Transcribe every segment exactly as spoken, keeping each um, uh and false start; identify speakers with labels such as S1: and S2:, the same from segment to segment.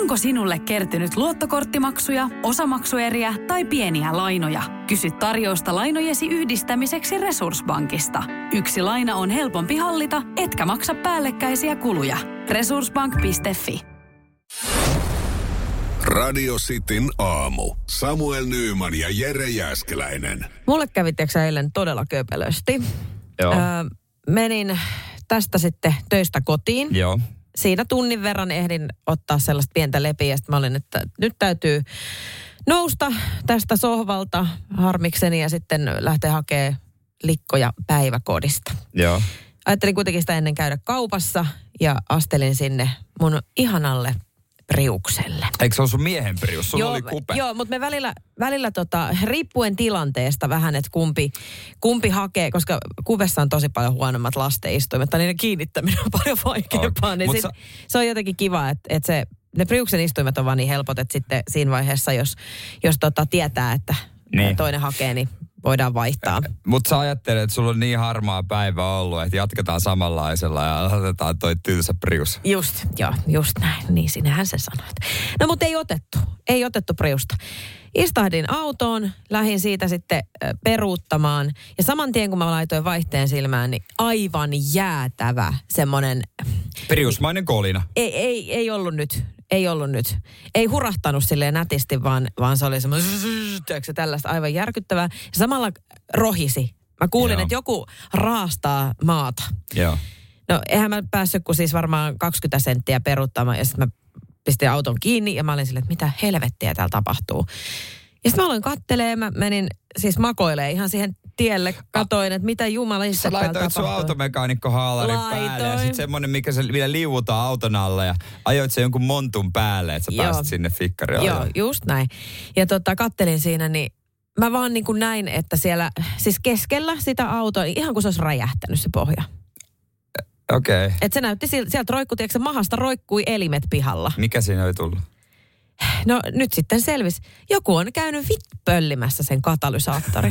S1: Onko sinulle kertynyt luottokorttimaksuja, osamaksueriä tai pieniä lainoja? Kysy tarjousta lainojesi yhdistämiseksi Resurssbankista. Yksi laina on helpompi hallita, etkä maksa päällekkäisiä kuluja. Resurssbank piste fi.
S2: Radio Cityn aamu. Samuel Nyyman ja Jere Jääskeläinen.
S3: Mulle kävi tiiäksä eilen todella köpelösti.
S4: Joo.
S3: Öö, menin tästä sitten töistä kotiin.
S4: Joo.
S3: Siinä tunnin verran ehdin ottaa sellaista pientä lepiä. Ja sitten mä olin, että nyt täytyy nousta tästä sohvalta harmikseni ja sitten lähteä hakemaan likkoja päiväkodista.
S4: Joo.
S3: Ajattelin kuitenkin sitä ennen käydä kaupassa ja astelin sinne mun ihanalle Priukselle.
S4: Eikö se ole sun miehen Prius? Sulla
S3: joo,
S4: oli kupe.
S3: Joo, mutta me välillä, välillä tota, riippuen tilanteesta vähän, että kumpi, kumpi hakee, koska kuvessa on tosi paljon huonommat lasteistuimet, tai niiden kiinnittäminen on paljon vaikeampaa.
S4: On.
S3: Niin sit,
S4: sa-
S3: se on jotenkin kiva, että, että se, ne Priuksen istuimet on vaan niin helpot, että sitten siinä vaiheessa, jos, jos tota tietää, että
S4: niin.
S3: toinen hakee, niin voidaan vaihtaa.
S4: Mutta sä ajattelet, että sulla on niin harmaa päivä ollut, että jatketaan samanlaisella ja otetaan toi tylsä Prius.
S3: Just, joo, just näin. Niin sinähän se sanoit. No mutta ei otettu, ei otettu Priusta. Istahdin autoon, lähdin siitä sitten peruuttamaan. Ja saman tien kun mä laitoin vaihteen silmään, niin aivan jäätävä semmoinen...
S4: Priusmainen kolina.
S3: Ei, ei, ei ollut nyt. Ei ollut nyt. Ei hurahtanut silleen nätisti, vaan, vaan se oli semmoinen tällaista aivan järkyttävää. Ja samalla rohisi. Mä kuulin,
S4: Joo.
S3: että joku raastaa maata.
S4: Joo.
S3: No eihän mä päässyt kuin siis varmaan kaksikymmentä senttiä peruuttamaan. Ja sitten mä pistin auton kiinni ja mä olin silleen, että mitä helvettiä täällä tapahtuu. Ja sitten mä aloin kattelemaan, mä menin siis makoilemaan ihan siihen tielle, katoin, että mitä jumalista
S4: Sä
S3: täällä
S4: laitoit sun
S3: tapahtuu.
S4: automekaanikko haalarin päälle ja sitten semmonen, mikä se vielä liuutaan auton alla ja ajoit sen jonkun montun päälle, että sä
S3: Joo.
S4: pääsit sinne fikkarille.
S3: Joo, just näin. Ja tota, kattelin siinä, niin mä vaan niin kuin näin, että siellä, siis keskellä sitä autoa, ihan kuin se olisi räjähtänyt se pohja.
S4: Okei. Okay.
S3: Että se näytti, sieltä roikkui, tiedätkö, mahasta roikkui elimet pihalla.
S4: Mikä siinä oli tullut?
S3: No nyt sitten selvisi. Joku on käynyt vitpöllimässä sen katalysaattorin.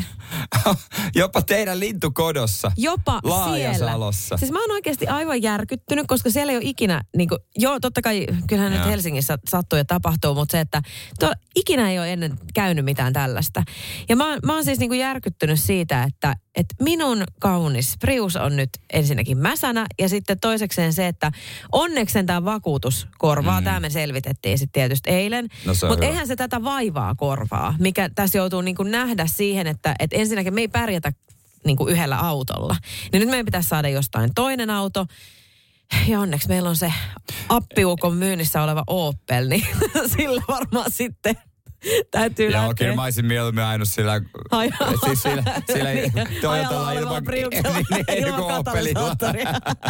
S4: Jopa teidän lintukodossa.
S3: Jopa
S4: Laajasalossa.
S3: siellä. Siis mä oon oikeasti aivan järkyttynyt, koska siellä ei ole ikinä, niin kuin, joo totta kai kyllähän
S4: Joo.
S3: nyt Helsingissä sattuu ja tapahtuu, mutta se, että tuo, ikinä ei ole ennen käynyt mitään tällaista. Ja mä, mä oon siis niin kuin järkyttynyt siitä, että, että minun kaunis Prius on nyt ensinnäkin mäsänä ja sitten toisekseen se, että onneksi tämä vakuutus korvaa. Mm. Tämä me selvitettiin sitten tietysti eilen.
S4: No
S3: mutta eihän se tätä vaivaa korvaa, mikä tässä joutuu niin kuin nähdä siihen, että, että ensinnäkin me ei pärjätä niin kuin yhdellä autolla. Niin nyt meidän pitäisi saada jostain toinen auto. Ja onneksi meillä on se appiukon myynnissä oleva Opel, niin sillä varmaan sitten täytyy
S4: Joo,
S3: lähteä.
S4: kyllä mä olisin mieluummin ajanut sillä,
S3: Ai,
S4: siis sillä, sillä
S3: niin,
S4: Toyotalla
S3: ajalla
S4: ilman,
S3: olevalla Priuksella
S4: niin, niin,
S3: ilman
S4: kuin Opelilla.
S3: katalysaattoria.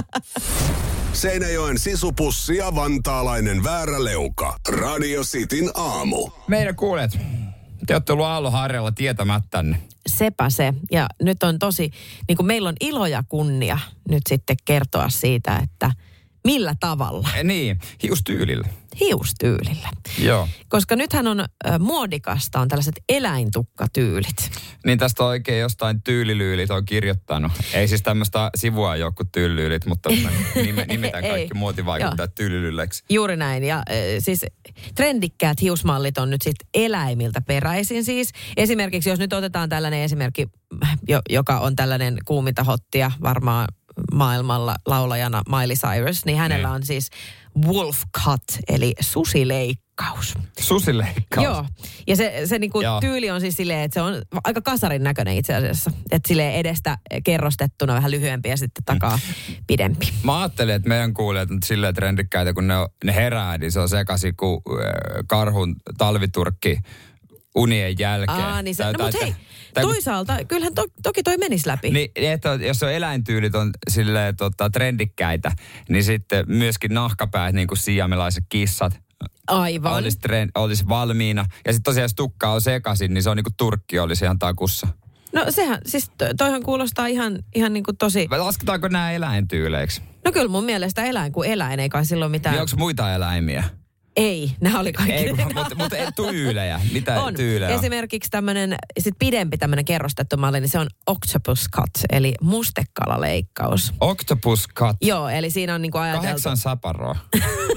S2: Seinäjoen sisupussi ja vantaalainen vääräleuka. Radio Cityn aamu.
S4: Meidän kuulijat, te olette ollut Aallonharjalla tietämättänne.
S3: Sepä se. Ja nyt on tosi, niin kuin meillä on ilo ja kunnia nyt sitten kertoa siitä, että millä tavalla.
S4: Eh, niin, hiustyylillä.
S3: Hiustyylillä.
S4: Joo.
S3: Koska nythän on äh, muodikasta, on tällaiset eläintukkatyylit.
S4: Niin tästä on oikein jostain tyylilyylit on kirjoittanut. Ei siis tämmöistä sivua joku tyylilyylit, mutta nime, nimetään kaikki muotivaikuttajat tyylilyyleiksi.
S3: Juuri näin. Ja äh, siis trendikkäät hiusmallit on nyt sitten eläimiltä peräisin siis. Esimerkiksi jos nyt otetaan tällainen esimerkki, jo, joka on tällainen kuuminta hottia varmaan maailmalla laulajana Miley Cyrus, niin hänellä
S4: niin.
S3: on siis wolf cut, eli susileikkaus.
S4: Susileikkaus?
S3: Joo, ja se, se niinku
S4: Joo.
S3: tyyli on siis silleen, että se on aika kasarin näköinen itse asiassa. Että silleen edestä kerrostettuna vähän lyhyempi ja sitten takaa pidempi.
S4: Mä ajattelin, että meidän kuulijat on silleen trendikkäitä, kun ne, on, ne herää, niin se on sekaisin kuin äh, karhun talviturkki unien jälkeen.
S3: Aa, niin se,
S4: Tai-
S3: no,
S4: tai-
S3: mutta hei,
S4: tai-
S3: toisaalta kyllähän to, toki toi menisi läpi.
S4: Niin, että jos on eläintyylit on silleen tota, trendikkäitä, niin sitten myöskin nahkapäät, niin kuin siamelaiset kissat,
S3: Aivan.
S4: olisi, trend, olisi valmiina. Ja sitten tosiaan jos tukka on sekaisin, niin se on niin kuin turkki olisi ihan takussa.
S3: No sehän, siis to, toihan kuulostaa ihan, ihan niin kuin tosi...
S4: Lasketaanko nämä eläintyyleiksi?
S3: No kyllä mun mielestä eläin kuin eläin, ei kai silloin mitään...
S4: Niin onko muita eläimiä?
S3: Ei, nämä oli kaikki.
S4: Ei, mutta, mutta tyylejä. Mitä
S3: on.
S4: tyylejä on?
S3: Esimerkiksi tämmöinen, sit pidempi tämmöinen kerrostettu malli, niin se on octopus cut, eli mustekalaleikkaus.
S4: Octopus cut.
S3: Joo, eli siinä on niinku ajateltu...
S4: Kahdeksan saparoa.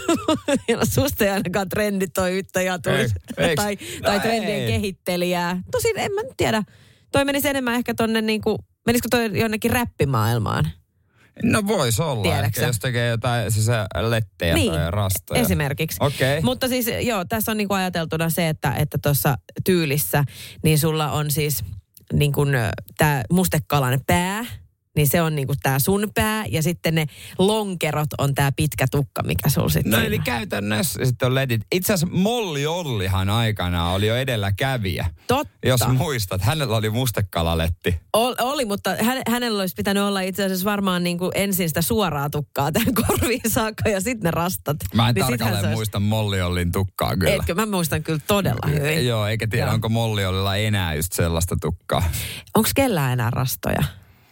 S3: Ja susta ei ainakaan trenditoimittaja tulisi. tai tai no trendien ei. kehittelijää. Tosin en mä nyt tiedä. Toi menisi enemmän ehkä tonne niinku, menisikö toi jonnekin räppimaailmaan?
S4: No vois olla.
S3: Tiedäksä?
S4: Ehkä jos tekee jotain siis lettejä
S3: niin,
S4: tai rastoja.
S3: Esimerkiksi.
S4: Okay.
S3: Mutta siis joo, tässä on niinku ajateltuna se, että että tuossa tyylissä, niin sulla on siis niin kuin tää mustekalan pää, niin se on niinku tää sun pää, ja sitten ne lonkerot on tää pitkä tukka, mikä sulla sitten
S4: no
S3: on.
S4: eli käytännössä sitten on ledit. Itse asiassa Molly Ollihan aikanaan oli jo edelläkävijä.
S3: Totta.
S4: Jos muistat, hänellä oli mustekalaletti.
S3: Ol, oli, mutta hän, hänellä olisi pitänyt olla itse asiassa varmaan niinku ensin sitä suoraa tukkaa tämän korviin saakka ja sitten ne rastat.
S4: Mä en
S3: niin
S4: tarkalleen olisi... muista Molly Ollin tukkaa kyllä.
S3: Etkö? Mä muistan kyllä todella hyvin.
S4: Joo, eikä tiedä, Joo. onko Molly Ollilla enää just sellaista tukkaa.
S3: Onko kellään enää rastoja?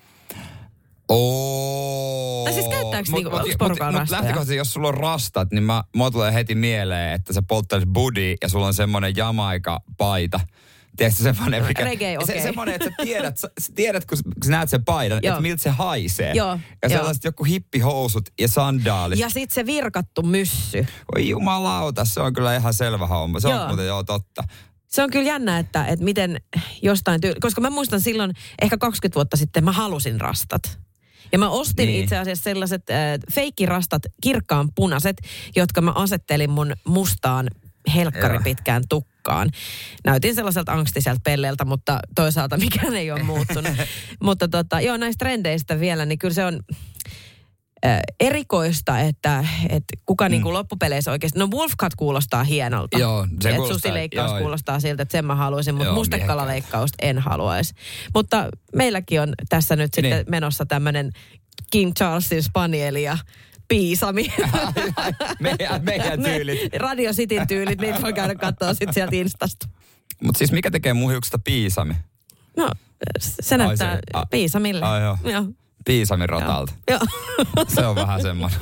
S4: Oo.
S3: Tai siis käyttääkö
S4: mut,
S3: niinku,
S4: mut,
S3: onko porukalla
S4: mut,
S3: rastoja?
S4: lähtökohtaisesti, jos sulla on rastat, niin mä, mua tulee heti mieleen, että sä polttaisit budi ja sulla on semmoinen Jamaika-paita. Tiedätkö semmoinen, mikä...
S3: Reggae, okei.
S4: Se, semmoinen, että sä tiedät, sä, sä tiedät kun, kun sä näet sen paidan, että miltä se haisee.
S3: Joo,
S4: ja
S3: jo.
S4: sellaiset joku hippihousut ja sandaalit.
S3: Ja sit se virkattu myssy.
S4: Oi jumalauta, se on kyllä ihan selvä homma. Se joo. on muuten joo totta.
S3: Se on kyllä jännä, että, että miten jostain tyyli... Koska mä muistan silloin, ehkä kaksikymmentä vuotta sitten, mä halusin rastat. Ja mä ostin niin. itse asiassa sellaiset äh, feikkirastat, kirkkaan punaiset, jotka mä asettelin mun mustaan helkkaripitkään tukkaan. Näytin sellaiselta angstiselta pelleeltä, mutta toisaalta mikään ei ole muuttunut. Mutta tota, joo, näistä trendeistä vielä, niin kyllä se on äh, erikoista, että, että kuka mm. niin kuin loppupeleissä oikeasti... No Wolfcut kuulostaa hienolta.
S4: Joo, se
S3: et
S4: kuulostaa.
S3: Susileikkaus
S4: joo.
S3: kuulostaa siltä, että sen mä haluaisin, mutta
S4: Joo,
S3: mustekalalleikkausta en haluaisi. Mutta meilläkin on tässä nyt niin. sitten menossa tämmöinen King Charlesin spanieli ja piisami.
S4: meidän, meidän tyylit.
S3: Me, Radio Cityn tyylit, niitä voi käydä katsoa sitten sieltä Instasta.
S4: Mutta siis mikä tekee mun hiuksista piisami?
S3: No, se näyttää ai se, a, piisamille.
S4: Ai joo.
S3: joo.
S4: Piisamin rotalta.
S3: Joo.
S4: Se on vähän semmoinen.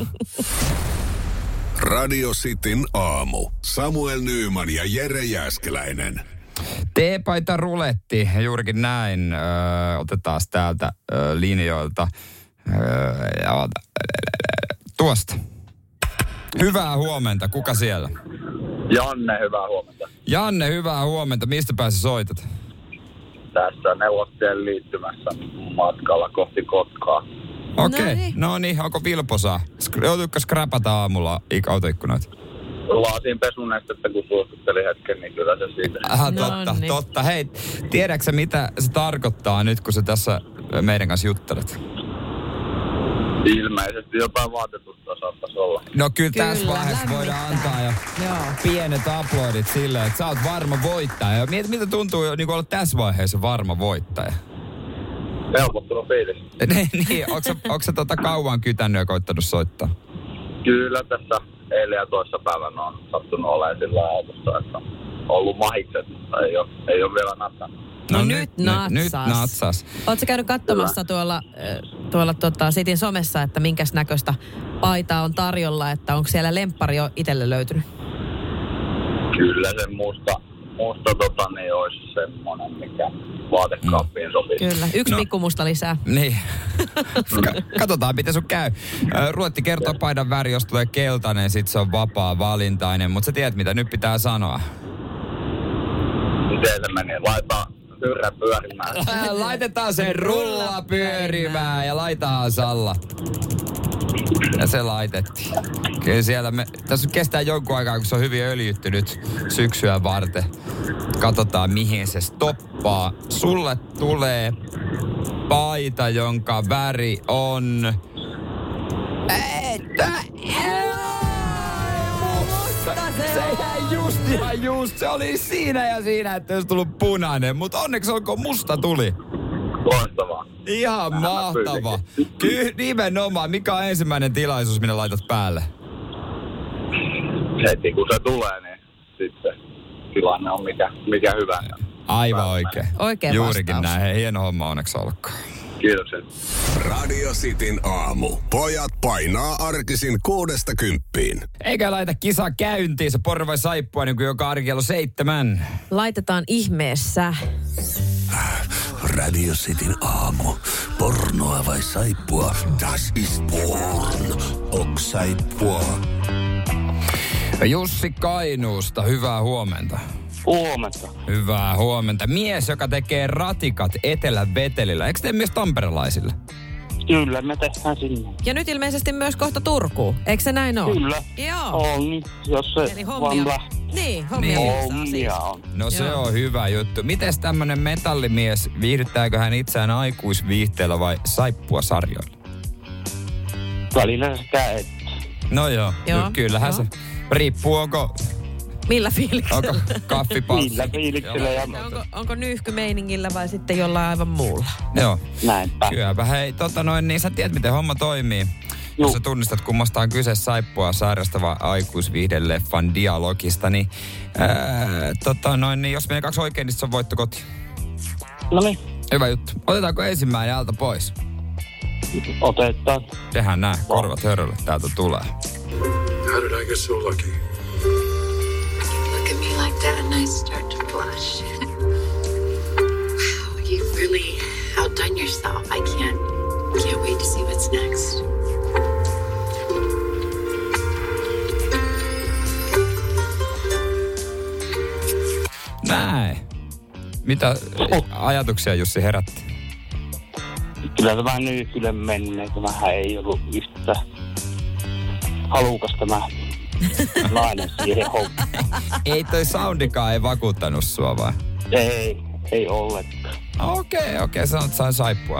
S2: Radio Cityn aamu. Samuel Nyyman ja Jere Jääskeläinen.
S4: Teepaita ruletti, juurikin näin. Öö, otetaan täältä öö, linjoilta. Öö, ja, tuosta. Hyvää huomenta. Kuka siellä?
S5: Janne, hyvää huomenta.
S4: Janne, hyvää huomenta. Mistä päässä soitat?
S5: Tässä Nelostien liittymässä matkalla kohti Kotkaa.
S4: Okei, okay. no niin, onko Vilposaa? Joutuiko skrapata aamulla autoikkunoita?
S5: Laasin pesunestettä, kun suostuttelin hetken, niin kyllä se siitä.
S4: Aha, totta, no niin. totta. Hei, tiedätkö mitä se tarkoittaa nyt, kun sä tässä meidän kanssa juttelet?
S5: Ilmeisesti jotain vaatetusta saattaisi olla.
S4: No kyllä, kyllä tässä vaiheessa voidaan antaa jo Joo. pienet aplodit sille, että sä oot varma voittaja. Miltä, miltä tuntuu niin olla tässä vaiheessa varma voittaja?
S5: Helpottunut fiilis.
S4: niin, onko sä tota kauan kytännyt ja koittanut soittaa?
S5: Kyllä tässä eilen ja toissa päivänä on sattunut olemaan sillä autossa, että on ollut mahikset, mutta ei ole, ei ole vielä natsannut.
S3: No, no nyt natsas.
S4: Nyt natsas.
S3: Ootko käynyt katsomassa Kyllä. tuolla, tuolla tota, Sitin somessa, että minkäs näköistä paitaa on tarjolla, että onko siellä lemppari jo itselle löytynyt?
S5: Kyllä se musta, musta tota, niin olisi semmoinen, mikä vaatekaappiin sopii.
S3: Kyllä, yksi no. pikkumusta lisää.
S4: Niin. Katsotaan, miten sun käy. Ruotti kertoo paidan väri, jos tulee keltainen, sit se on vapaa valintainen, mutta sä tiedät, mitä nyt pitää sanoa.
S5: Miten se meni? Laitetaan syrjä pyörimään.
S4: Laitetaan se rulla pyörimään ja laitetaan Salla. Ja se laitettiin. Kyllä siellä me, tässä kestää jonkun aikaa, kun se on hyvin öljyttynyt syksyä varten. Katsotaan, mihin se stoppaa. Sulle tulee paita, jonka väri on... Että... Se jäi just ihan just. Se oli siinä ja siinä, että olisi tullut punainen. Mutta onneksi olkoon musta tuli.
S5: Loistavaa.
S4: Ihan Vähän mahtava. Kyllä nimenomaan. Mikä on ensimmäinen tilaisuus, minä laitat päälle?
S5: Heti kun se tulee, niin sitten tilanne on mikä, mikä hyvä.
S4: Aivan oikein.
S3: Oikein
S4: Juurikin
S3: vastaus.
S4: näin. Hieno homma, onneksi olkoon.
S5: Kiitoksia.
S2: Radio Cityn aamu. Pojat painaa arkisin kuudesta kymppiin.
S4: Eikä laita kisa käyntiin, se porra vai saippua, niin kuin joka arki kello seitsemän.
S3: Laitetaan ihmeessä.
S2: Radio Cityn aamu. Pornoa vai saippua? Das ist porn. Ok saippua.
S4: Jussi Kainuusta, hyvää huomenta.
S6: Huomenta.
S4: Hyvää huomenta. Mies, joka tekee ratikat Etelä-Vetelillä. Eikö tee myös tamperelaisille?
S6: Kyllä, me tehdään sinne.
S3: Ja nyt ilmeisesti myös kohta Turkuun. Eikö se näin ole?
S6: Kyllä.
S3: Joo.
S6: On, jos se
S3: Eli hommia,
S6: vaan lähtee.
S3: niin, hommia
S4: Niin.
S3: niin. saa siis.
S6: Hommia on.
S4: No se
S3: Joo.
S4: on hyvä juttu. Mites tämmönen metallimies, viihdyttääkö hän itseään aikuisviihteellä vai saippua sarjoilla?
S6: Välillä sitä et.
S4: No joo,
S3: Joo,
S4: joo kyllähän
S3: joo.
S4: se riippuu, onko,
S3: Millä fiiliksellä?
S4: onko kaffipassi.
S6: Millä fiiliksellä ja
S3: onko, onko nyyhkymeiningillä vai sitten jollain aivan muulla?
S4: Joo.
S6: näinpä.
S4: Kylläpä hei, tota noin, niin sä tiedät miten homma toimii.
S6: Juu.
S4: Jos sä tunnistat kummasta on kyse saippua sairasta vai aikuisviihdeleffan dialogista, niin, ää, tota noin, niin jos menee kaksi oikein, niin se on voitto koti.
S6: No niin,
S4: Hyvä juttu. Otetaanko ensimmäinen alta pois?
S6: otetaan.
S4: Tehdään nää, korvat hörölle, täältä tulee.
S7: How did I get so lucky?
S8: Look at me like that and I start to blush. Wow, you really outdone yourself. I can't, can't wait to see what's next.
S4: Näin. Mitä ajatuksia Jussi herätti?
S6: Kyllä tämä nyyhkyle menee. Tämähän ei ollut yhtä halukas tämä nainen siihen hommaan.
S4: Ei toi soundikaan ei vakuuttanut sua vai?
S6: Ei, ei ollenkaan.
S4: Okei, okei, okay, sanot sain saippua.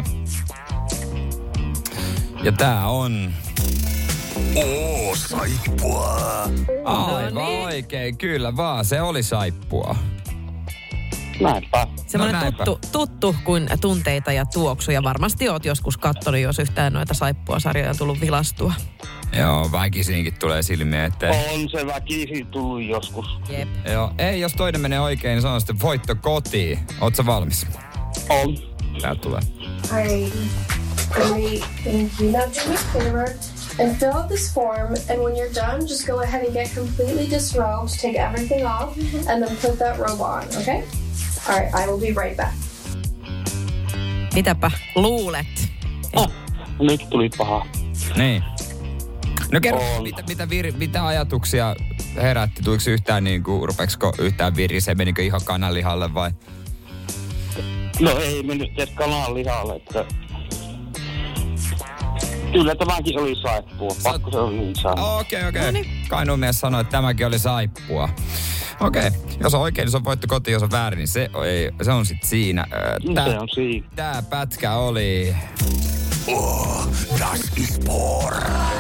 S4: Ja tää on...
S2: Oo, saippua.
S4: Aivan
S3: No niin.
S4: oikein, kyllä vaan, se oli saippua.
S6: Näinpä.
S3: Semmoinen
S4: No näinpä.
S3: tuttu, tuttu kuin tunteita ja tuoksuja. Varmasti oot joskus kattonut, jos yhtään noita saippua-sarjoja on tullut vilastua.
S4: Joo, väkisinkin tulee silmiä eteen.
S6: On se väkisin tullut joskus.
S3: Jep.
S4: Joo, ei jos toinen menee oikein, niin se on sitten voitto kotiin. Oot sä valmis?
S6: On.
S4: Tää tulee.
S9: Alright. Great. Thank you. Now do me a favor and fill out this form. And when you're done, just go ahead and get completely disrobed. Take everything off and then put that robe on, okay? Alright, I will be right back.
S3: Mitäpä luulet?
S6: Ah, nyt tuli paha.
S4: Niin. No kerro,
S6: On.
S4: mitä, mitä, vir, mitä ajatuksia herätti? Tuliko yhtään niin kuin, rupeksiko yhtään virisee? Menikö ihan kananlihalle vai?
S6: No ei mennyt edes kananlihalle, että... Kyllä tämäkin oli saippua. Pakko se on niin sanoa.
S4: Okei, okei. Okay, okay. Kainuun mies sanoi, että tämäkin oli saippua. Okei, okay. Jos on oikein, niin se on voitto kotiin. Jos on väärin, niin se, ei, se on sitten siinä. Tää,
S6: Se on siinä.
S4: tää pätkä oli...
S2: Oh, das ist porn.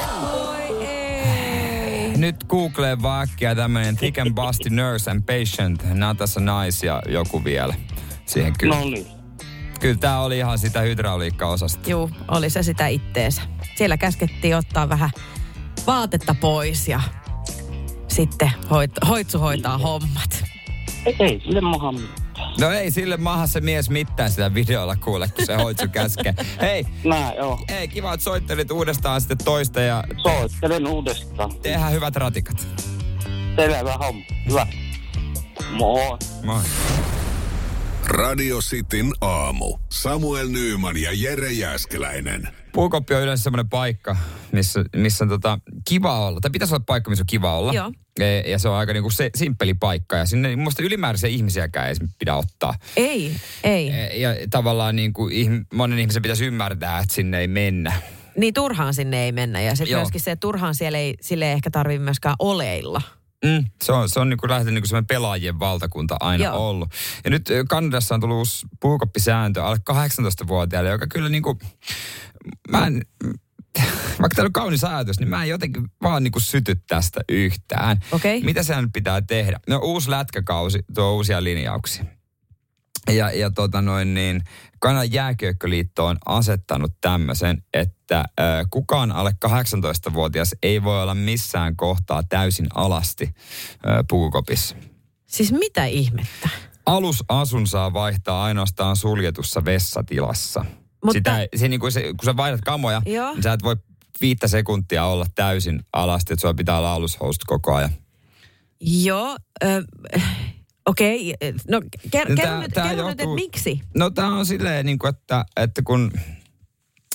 S4: Nyt Googleen vaan äkkiä tämmönen Thick and Busty Nurse and Patient. Not as a nice ja joku vielä. Siihen kyllä.
S6: No niin.
S4: Kyllä tää oli ihan sitä hydrauliikkaosasta.
S3: Juu, oli se sitä itteensä. Siellä käskettiin ottaa vähän vaatetta pois ja sitten hoit, hoitsu hoitaa hommat.
S6: Ei, ei sille maha mitään.
S4: No ei sille maha se mies mitään sitä videolla kuule, kun se hoitsu käskee. Hei,
S6: Näin, joo.
S4: hei, kiva, että soittelit uudestaan sitten toista ja
S6: Soittelen uudestaan.
S4: tehdään hyvät ratikat.
S6: Selvä homma. Hyvä. Moi.
S4: Moi.
S2: Radio Cityn aamu. Samuel Nyyman ja Jere Jääskeläinen.
S4: Puukoppi on yleensä semmoinen paikka, missä, missä on tota, kiva olla. Tai pitäisi olla paikka, missä on kiva olla.
S3: Joo.
S4: E, ja se on aika niinku se simppeli paikka. Ja sinne mun mielestä ylimääräisiä ihmisiäkään ei pidä ottaa.
S3: Ei, ei.
S4: E, ja tavallaan niinku, monen ihmisen pitäisi ymmärtää, että sinne ei mennä.
S3: Niin turhaan sinne ei mennä. Ja sitten
S4: Joo.
S3: myöskin se, että turhaan siellä ei, sille ei ehkä tarvitse myöskään oleilla.
S4: Mm, se on, se on niinku lähtenyt niinku semmoinen pelaajien valtakunta aina
S3: Joo.
S4: ollut. Ja nyt ö, Kanadassa on tullut uusi puukoppisääntö alle kahdeksantoistavuotiaille, joka kyllä niinku, mä en, vaikka täällä on kaunis ajatus, niin mä en jotenkin vaan niinku syty tästä yhtään.
S3: Okei.
S4: Mitä se nyt pitää tehdä? No uusi lätkäkausi tuo uusia linjauksia. Ja, ja tota noin niin, Kanadan jääkiekko-liitto on asettanut tämmöisen, että ö, kukaan alle kahdeksantoistavuotias ei voi olla missään kohtaa täysin alasti ö, puukopissa.
S3: Siis mitä ihmettä?
S4: Alusasun saa vaihtaa ainoastaan suljetussa vessatilassa.
S3: Mutta-
S4: Sitä, ei- se, niin kuin se, kun sä vaihdat kamoja,
S3: Joo.
S4: niin sä et voi viittä sekuntia olla täysin alasti, että sulla pitää olla alushousut koko ajan.
S3: Joo, ö, okei. No ker-
S4: No
S3: kerro
S4: tää-
S3: nyt,
S4: tää
S3: kerro nyt, että
S4: johtuu-
S3: miksi?
S4: No tää on silleen, niin kuin, että, että kun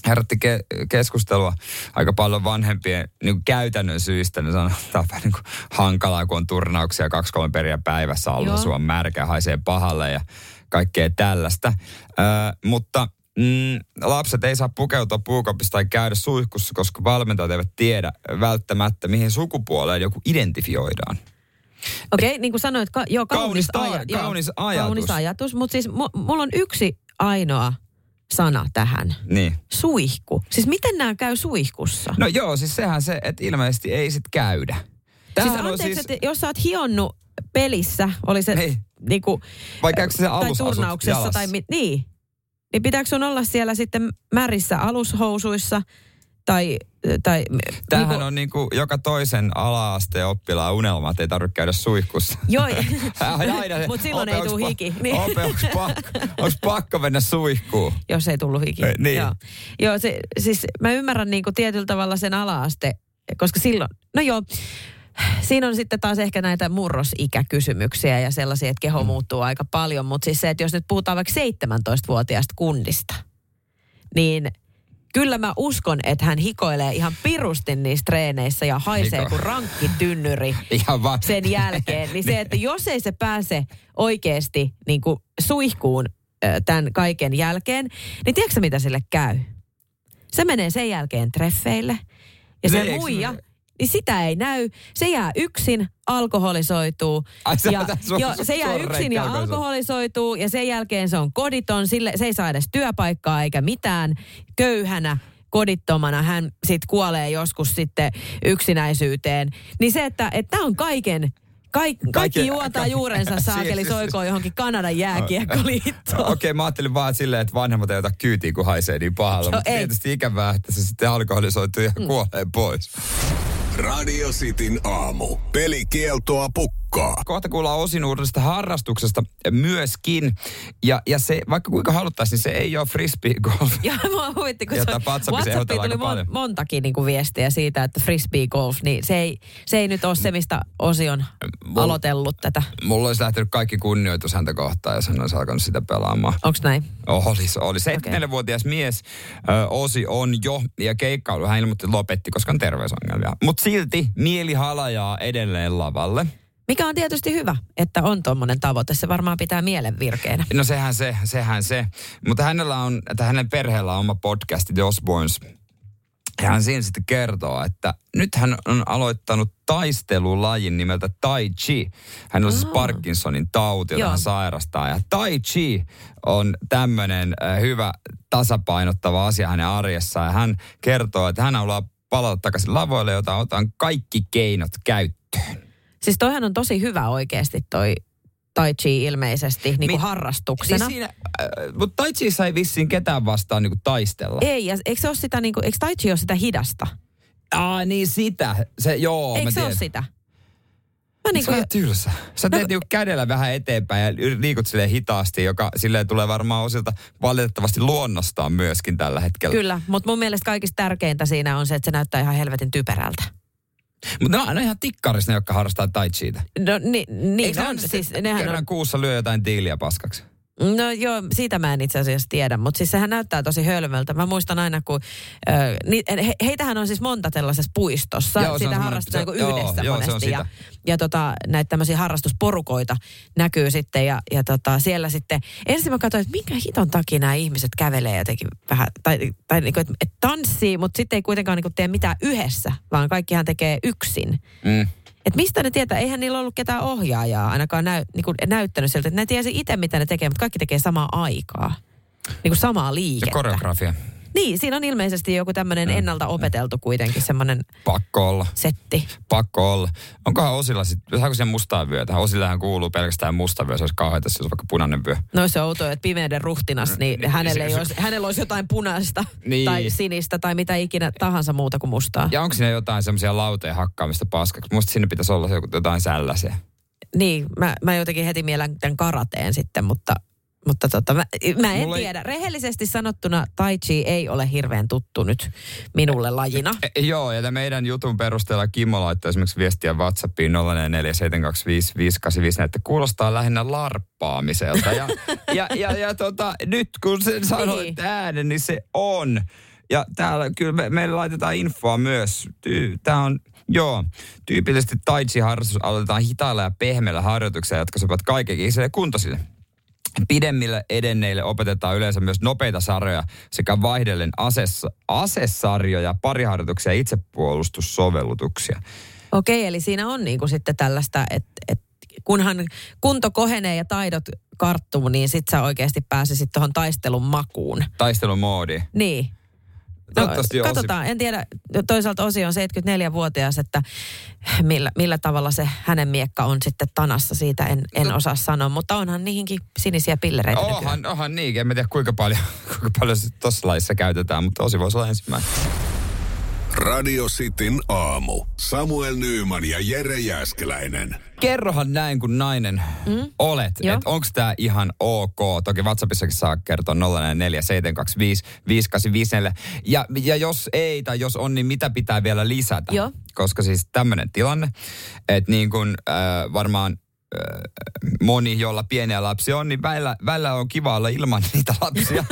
S4: herätti ke- keskustelua aika paljon vanhempien niin kuin käytännön syistä. Ne sanoo, että tämä on vähän niin kuin hankalaa, kun on turnauksia kaksi kolme periä päivässä. Alta on märkä, haisee pahalle ja kaikkea tällaista. Ö, mutta mm, lapset ei saa pukeutua puukopissa tai käydä suihkussa, koska valmentajat eivät tiedä välttämättä, mihin sukupuoleen joku identifioidaan.
S3: Okei, okay, niin kuin sanoit, ka- joo, kaunis,
S4: kaunis,
S3: aja-
S4: ta- kaunis
S3: joo,
S4: ajatus.
S3: Kaunis ajatus, mutta siis mu- mulla on yksi ainoa sana tähän.
S4: Niin.
S3: Suihku. Siis miten nämä käy suihkussa?
S4: No joo, siis sehän se, että ilmeisesti ei sit käydä.
S3: Tämähän siis anteeksi, siis... että jos sä oot hionnut pelissä, oli se
S4: niin.
S3: Niinku,
S4: vai käykö se
S3: tai turnauksessa tai mi- niin. Niin pitääkö sun olla siellä sitten märissä alushousuissa tai... tai
S4: Tämähän
S3: niinku...
S4: on niinku joka toisen ala-asteen oppilaan unelma, että ei tarvitse käydä suihkussa.
S3: Joo, mutta silloin
S4: Ope,
S3: ei tule hiki.
S4: Niin. Ope, onko pakko, pakko mennä suihkuun?
S3: Jos ei tullut hiki.
S4: Ei, niin.
S3: Joo, joo se, siis mä ymmärrän niinku tietyllä tavalla sen ala-aste, koska silloin, no joo, siinä on sitten taas ehkä näitä murrosikäkysymyksiä ja sellaisia, että keho muuttuu aika paljon. Mutta siis se, että jos nyt puhutaan vaikka seitsemäntoistavuotiaasta kundista, niin kyllä mä uskon, että hän hikoilee ihan pirusti niissä treeneissä ja haisee kuin rankkitynnyri sen jälkeen. Niin se, että jos ei se pääse oikeasti niin kuin suihkuun tämän kaiken jälkeen, niin tiedätkö mitä sille käy? Se menee sen jälkeen treffeille ja se muija... Niin sitä ei näy. Se jää yksin, alkoholisoituu.
S4: Ai, se,
S3: ja,
S4: su-
S3: jo, se jää yksin ja alkoholisoituu ja sen jälkeen se on koditon. Sille, se ei saa edes työpaikkaa eikä mitään. Köyhänä, kodittomana hän sitten kuolee joskus sitten yksinäisyyteen. Niin se, että tämä on kaiken... Kaik, kaikki, kaikki juontaa juurensa saakeli soikoon johonkin Kanadan jääkiekkoliittoon.
S4: Okei, okay, mä ajattelin vaan silleen, että vanhemmat ei ota kyytiin, kun haisee niin pahalla. Mutta tietysti ikävää, että se sitten alkoholisoituu ja mm. kuolee pois.
S2: Radio Cityn aamu. Pelikieltoa pukkaa.
S4: Kohta kuullaan osin uudesta harrastuksesta myöskin. Ja, ja se, vaikka kuinka haluttaisiin, niin se ei ole frisbee golf.
S3: Joo, mua huvitti, kun
S4: se
S3: WhatsAppiin tuli mon, montakin niin kuin viestiä siitä, että frisbee golf, niin se ei, se ei nyt ole se, mistä Osi on Mul, aloitellut tätä. Mulla
S4: olisi lähtenyt kaikki kunnioitus häntä kohtaan, jos hän olisi alkanut sitä pelaamaan.
S3: Onks näin?
S4: Olisi, oli. seitsemänkymmentäneljävuotias okay. mies ö, Osi on jo, ja keikkailu hän ilmoitti lopetti, koska on terveysongelmia. Mutta silti mieli halajaa edelleen lavalle.
S3: Mikä on tietysti hyvä, että on tommonen tavoite. Se varmaan pitää mielen virkeänä.
S4: No sehän se, sehän se. Mutta hänellä on, että hänen perheellä on oma podcasti The Osbournes. Ja hän siinä sitten kertoo, että nyt hän on aloittanut taistelulajin nimeltä Tai Chi. Hän on siis Parkinsonin tauti, jota hän sairastaa. Ja Tai Chi on tämmöinen äh, hyvä tasapainottava asia hänen arjessaan. Ja hän kertoo, että hän haluaa palata takaisin lavoille, jota otan kaikki keinot käyttöön.
S3: Siis toihan on tosi hyvä oikeasti toi Tai Chi ilmeisesti niin kuin Mi- harrastuksena.
S4: Niin siinä, äh, mutta Tai Chiissa ei vissiin ketään vastaan niin kuin taistella.
S3: Ei, ja eikö se ole sitä, niin kuin, eikö Tai Chi ole sitä hidasta?
S4: Aa, niin sitä. Se, joo,
S3: eikö
S4: mä
S3: se
S4: tiedän.
S3: ole sitä?
S4: Mä niin kuin... Se on tylsä. Sä teet no, niin kädellä vähän eteenpäin ja liikut silleen hitaasti, joka silleen tulee varmaan osilta valitettavasti luonnostaan myöskin tällä hetkellä.
S3: Kyllä, mutta mun mielestä kaikista tärkeintä siinä on se, että se näyttää ihan helvetin typerältä.
S4: Mutta ne on ihan tikkarissa ne, jotka harrastaa tai chiitä.
S3: No ni, niin
S4: Eikö
S3: on. Siis, nehän
S4: kerran on... kuussa lyö jotain tiiliä paskaksi?
S3: No joo, siitä mä en itse asiassa tiedä, mutta siis sehän näyttää tosi hölmöltä. Mä muistan aina, kun äh, ni, he, heitähän on siis monta tällaisessa puistossa.
S4: Joo,
S3: sitä harrastetaan niin yhdessä
S4: joo,
S3: monesti. Ja, ja tota, näitä tämmöisiä harrastusporukoita näkyy sitten. Ja, ja tota, siellä sitten, ensin mä katsoin, että minkä hiton takia nämä ihmiset kävelee jotenkin vähän, tai, tai niin kuin, että et tanssii, mutta sitten ei kuitenkaan niin kuin tee mitään yhdessä, vaan kaikkihan tekee yksin. Mm. Että mistä ne tietää, eihän niillä ollut ketään ohjaajaa ainakaan näy, niin kuin näyttänyt sieltä. Että ne tiesi itse, mitä ne tekee, mutta kaikki tekee samaa aikaa. Niin kuin samaa liikettä.
S4: Ja koreografia.
S3: Niin, siinä on ilmeisesti joku tämmöinen mm. ennalta opeteltu kuitenkin semmoinen
S4: Pakko olla.
S3: setti.
S4: Pakko olla. Onkohan Osilla sitten, saako siihen mustaa vyötä? Osillähän kuuluu pelkästään musta vyö, se olisi kauheata, jos olisi vaikka punainen vyö.
S3: No se on outoa, että pimeyden ruhtinas, niin hänelle ei olisi, hänellä olisi jotain punaista niin. tai sinistä tai mitä ikinä tahansa muuta kuin mustaa.
S4: Ja onko siinä jotain semmoisia lautojen hakkaamista paskaksi? Musta sinne pitäisi olla jotain sällaisia.
S3: Niin, mä, mä jotenkin heti mielen tämän karateen sitten, mutta... Mutta tota, mä, mä en Mulle tiedä. Ei... Rehellisesti sanottuna Tai Chi ei ole hirveän tuttu nyt minulle lajina.
S4: E, e, joo, ja meidän jutun perusteella Kimmo laittoi esimerkiksi viestiä WhatsAppiin nolla neljä neljä seitsemän kaksi viisi viisi kahdeksan viisi, että kuulostaa lähinnä larppaamiselta. Ja, ja, ja, ja tota, nyt kun sen sanoit niin. äänen, niin se on. Ja täällä kyllä me, meille laitetaan infoa myös. Ty, tää on, joo, tyypillisesti tai chi-harrastus aloitetaan hitailla ja pehmeillä harjoituksilla, jotka sopivat kaikenlaisille kuntoisille. Pidemmille edenneille opetetaan yleensä myös nopeita sarjoja sekä vaihdellen asessa, asesarjoja, pariharjoituksia ja itsepuolustussovellutuksia.
S3: Okei, eli siinä on niinku sitten tällaista, että et kunhan kunto kohenee ja taidot karttuu, niin sit sä oikeasti pääsisit tuohon taistelun makuun.
S4: Taistelun moodiin.
S3: Niin. No, katsotaan, en tiedä, toisaalta Osi on seitsemänkymmentäneljävuotias, että millä, millä tavalla se hänen miekka on sitten tanassa, siitä en, en no. osaa sanoa, mutta onhan niihinkin sinisiä pillereitä.
S4: Onhan, onhan niin, en mä tiedä kuinka paljon, kuinka paljon se tossa lajissa käytetään, mutta Osi voisi olla ensimmäinen.
S2: Radio Cityn aamu. Samuel Nyyman ja Jere Jääskeläinen.
S4: Kerrohan näin, kun nainen mm? olet, että onko tämä ihan ok. Toki WhatsAppissakin saa kertoa nolla neljä seitsemän kaksi viisi viisi kahdeksan viisi neljä. Ja, ja jos ei tai jos on, niin mitä pitää vielä lisätä?
S3: Joo.
S4: Koska siis tämmöinen tilanne, että niin kuin äh, varmaan äh, moni, jolla pieniä lapsia on, niin välillä, välillä on kiva olla ilman niitä lapsia.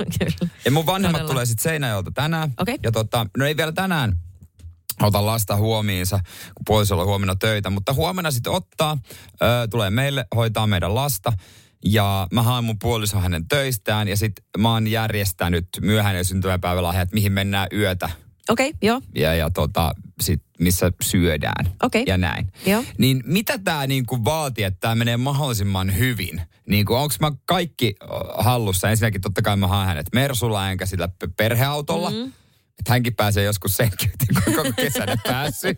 S4: Ja mun vanhemmat Todella. tulee sitten Seinäjoelta tänään.
S3: Okay.
S4: Ja tota, no ei vielä tänään ota lasta huomiinsa, kun puolisolla on huomenna töitä. Mutta huomenna sitten ottaa, ö, tulee meille, hoitaa meidän lasta. Ja mä haen mun puolison hänen töistään. Ja sitten mä oon järjestänyt myöhäinen syntymäpäivälahjat, mihin mennään yötä.
S3: Okei, okay, joo.
S4: Ja, ja tota, sit missä syödään.
S3: Okay.
S4: Ja näin.
S3: Joo.
S4: Niin mitä tää niinku vaatii, että tää menee mahdollisimman hyvin? Niinku onks mä kaikki hallussa? Ensinnäkin totta kai mä haen hänet Mersulla enkä sillä perheautolla. Mm. Että hänkin pääsee joskus sen kyytiin, kun koko kesänä päässyt.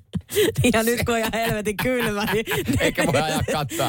S3: Ja nyt kun on ihan helvetin kylmä, niin...
S4: Eikä voi ajaa kattaa.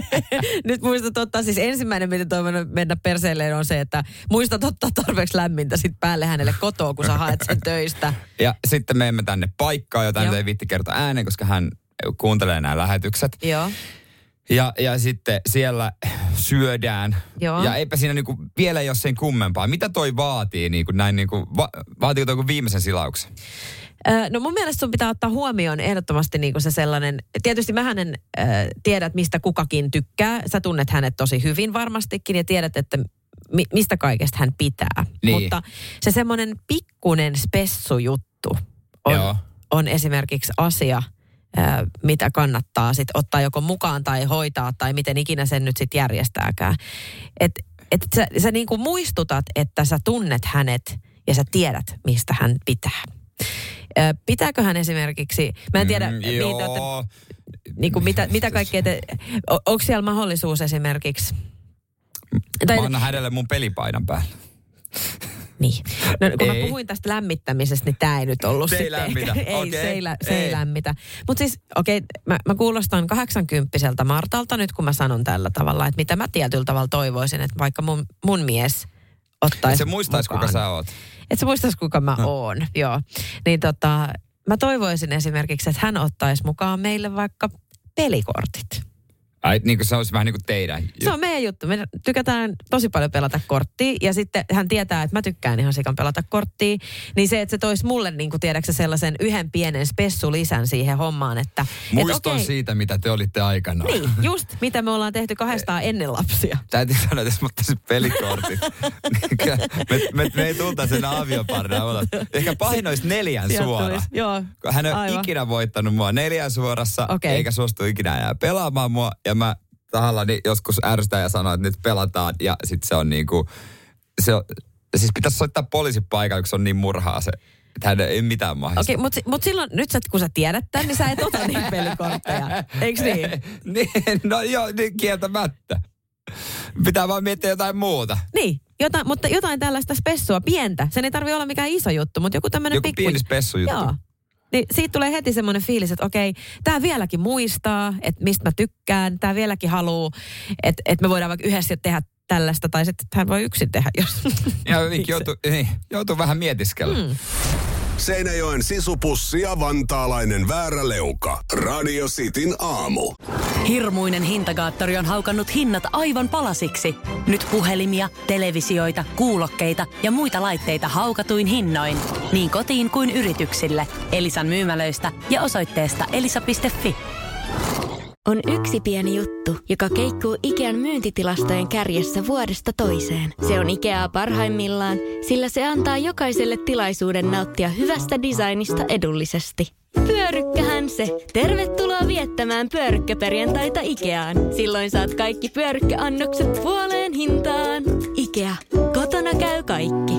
S3: Nyt muistat ottaa, siis ensimmäinen, mitä toivon mennä perseelleen, on se, että muistat ottaa tarpeeksi lämmintä sit päälle hänelle kotoa, kun sä haet sen töistä.
S4: Ja sitten me emme tänne paikkaa, jota nyt ei viitti kertoa ääneen, koska hän kuuntelee nämä lähetykset.
S3: Joo.
S4: Ja, ja sitten siellä syödään.
S3: Joo.
S4: Ja eipä siinä niinku vielä jos sen kummempaa. Mitä toi vaatii niinku näin niinku, va, vaatiiko toi viimeisen silauksen?
S3: Öö, no mun mielestä sun pitää ottaa huomioon ehdottomasti niinku se sellainen, tietysti mähän en äh, tiedät mistä kukakin tykkää. Sä tunnet hänet tosi hyvin varmastikin ja tiedät, että mi, mistä kaikesta hän pitää.
S4: Niin.
S3: Mutta se semmoinen pikkunen spessujuttu on, on esimerkiksi asia, mitä kannattaa sit ottaa joko mukaan tai hoitaa tai miten ikinä sen nyt sit järjestääkään. Että et sä, sä niinku muistutat, että sä tunnet hänet ja sä tiedät, mistä hän pitää. Pitääkö hän esimerkiksi, mä en tiedä, mm, mihin te olette, niinku mitä, mitä kaikkea te, on, onko siellä mahdollisuus esimerkiksi?
S4: Tai, mä annan hänelle mun pelipaidan päälle.
S3: Niin. No, kun ei. Mä puhuin tästä lämmittämisestä, niin tää ei nyt ollut
S4: se
S3: sitten.
S4: Ei lämmitä.
S3: ei,
S4: okay.
S3: se ei, lä, se ei. ei lämmitä. Mutta siis, okei, okay, mä, mä kuulostan kahdeksankymppiseltä Martalta nyt, kun mä sanon tällä tavalla, että mitä mä tietyllä tavalla toivoisin, että vaikka mun, mun mies ottaisi
S4: se muistaisi, kuka sä oot.
S3: Että se muistaisi, kuka mä no. oon, joo. Niin tota, mä toivoisin esimerkiksi, että hän ottaisi mukaan meille vaikka pelikortit.
S4: Ai, niin kuin se olisi vähän niin kuin teidän.
S3: Se on meidän juttu. Me tykätään tosi paljon pelata korttia ja sitten hän tietää, että mä tykkään ihan sikan pelata korttia. Niin se, että se toisi mulle niin kuin tiedäksä sellaisen yhden pienen spessulisän siihen hommaan, että...
S4: Muiston
S3: et, okay,
S4: siitä, mitä te olitte aikanaan.
S3: Niin, just mitä me ollaan tehty kahdestaan ennen lapsia.
S4: Täytyy sanoa, että jos mä ottaisin pelikortit, me, me, me ei tulta sen avioparina. Ehkä pahin olisi neljän Sieltä suora.
S3: Tulisi, joo,
S4: hän on
S3: aivan.
S4: ikinä voittanut mua neljän suorassa, okay. eikä suostu ikinä jää pelaamaan mua. Ja mä tahallani joskus ärsytän ja sanon, että nyt pelataan. Ja sit se on niinku, se on, siis pitäisi soittaa poliisin paikalle, kun se on niin murhaa se. Että hän ei mitään mahdollista.
S3: Okei, okay, mutta mut silloin, nyt sä, kun sä tiedät tämän, niin sä et ota niitä pelikortteja. Eikö niin?
S4: niin? No joo, niin kieltämättä. Pitää vaan miettiä jotain muuta.
S3: Niin, jotain, mutta jotain tällaista spessua, pientä. Sen ei tarvitse olla mikään iso juttu, mutta joku tämmöinen
S4: joku
S3: pikku...
S4: pieni spessujuttu.
S3: Joo. Niin siitä tulee heti semmoinen fiilis, että okei, tämä vieläkin muistaa, että mistä mä tykkään. Tämä vieläkin haluaa, että, että me voidaan vaikka yhdessä tehdä tällaista, tai sitten hän voi yksin tehdä, jos...
S4: Ja joutuu, niin, joutuu vähän mietiskellä. Mm.
S2: Seinäjoen sisupussi ja vantaalainen vääräleuka. Radio Cityn aamu.
S1: Hirmuinen hintakaattori on haukannut hinnat aivan palasiksi. Nyt puhelimia, televisioita, kuulokkeita ja muita laitteita haukatuin hinnoin. Niin kotiin kuin yrityksille. Elisan myymälöistä ja osoitteesta elisa piste fi.
S10: On yksi pieni juttu, joka keikkuu Ikean myyntitilastojen kärjessä vuodesta toiseen. Se on Ikeaa parhaimmillaan, sillä se antaa jokaiselle tilaisuuden nauttia hyvästä designista edullisesti. Pyörykkähän se. Tervetuloa viettämään pyörykkäperjantaita Ikeaan. Silloin saat kaikki pyörykkäannokset puoleen hintaan. Ikea. Kotona käy kaikki.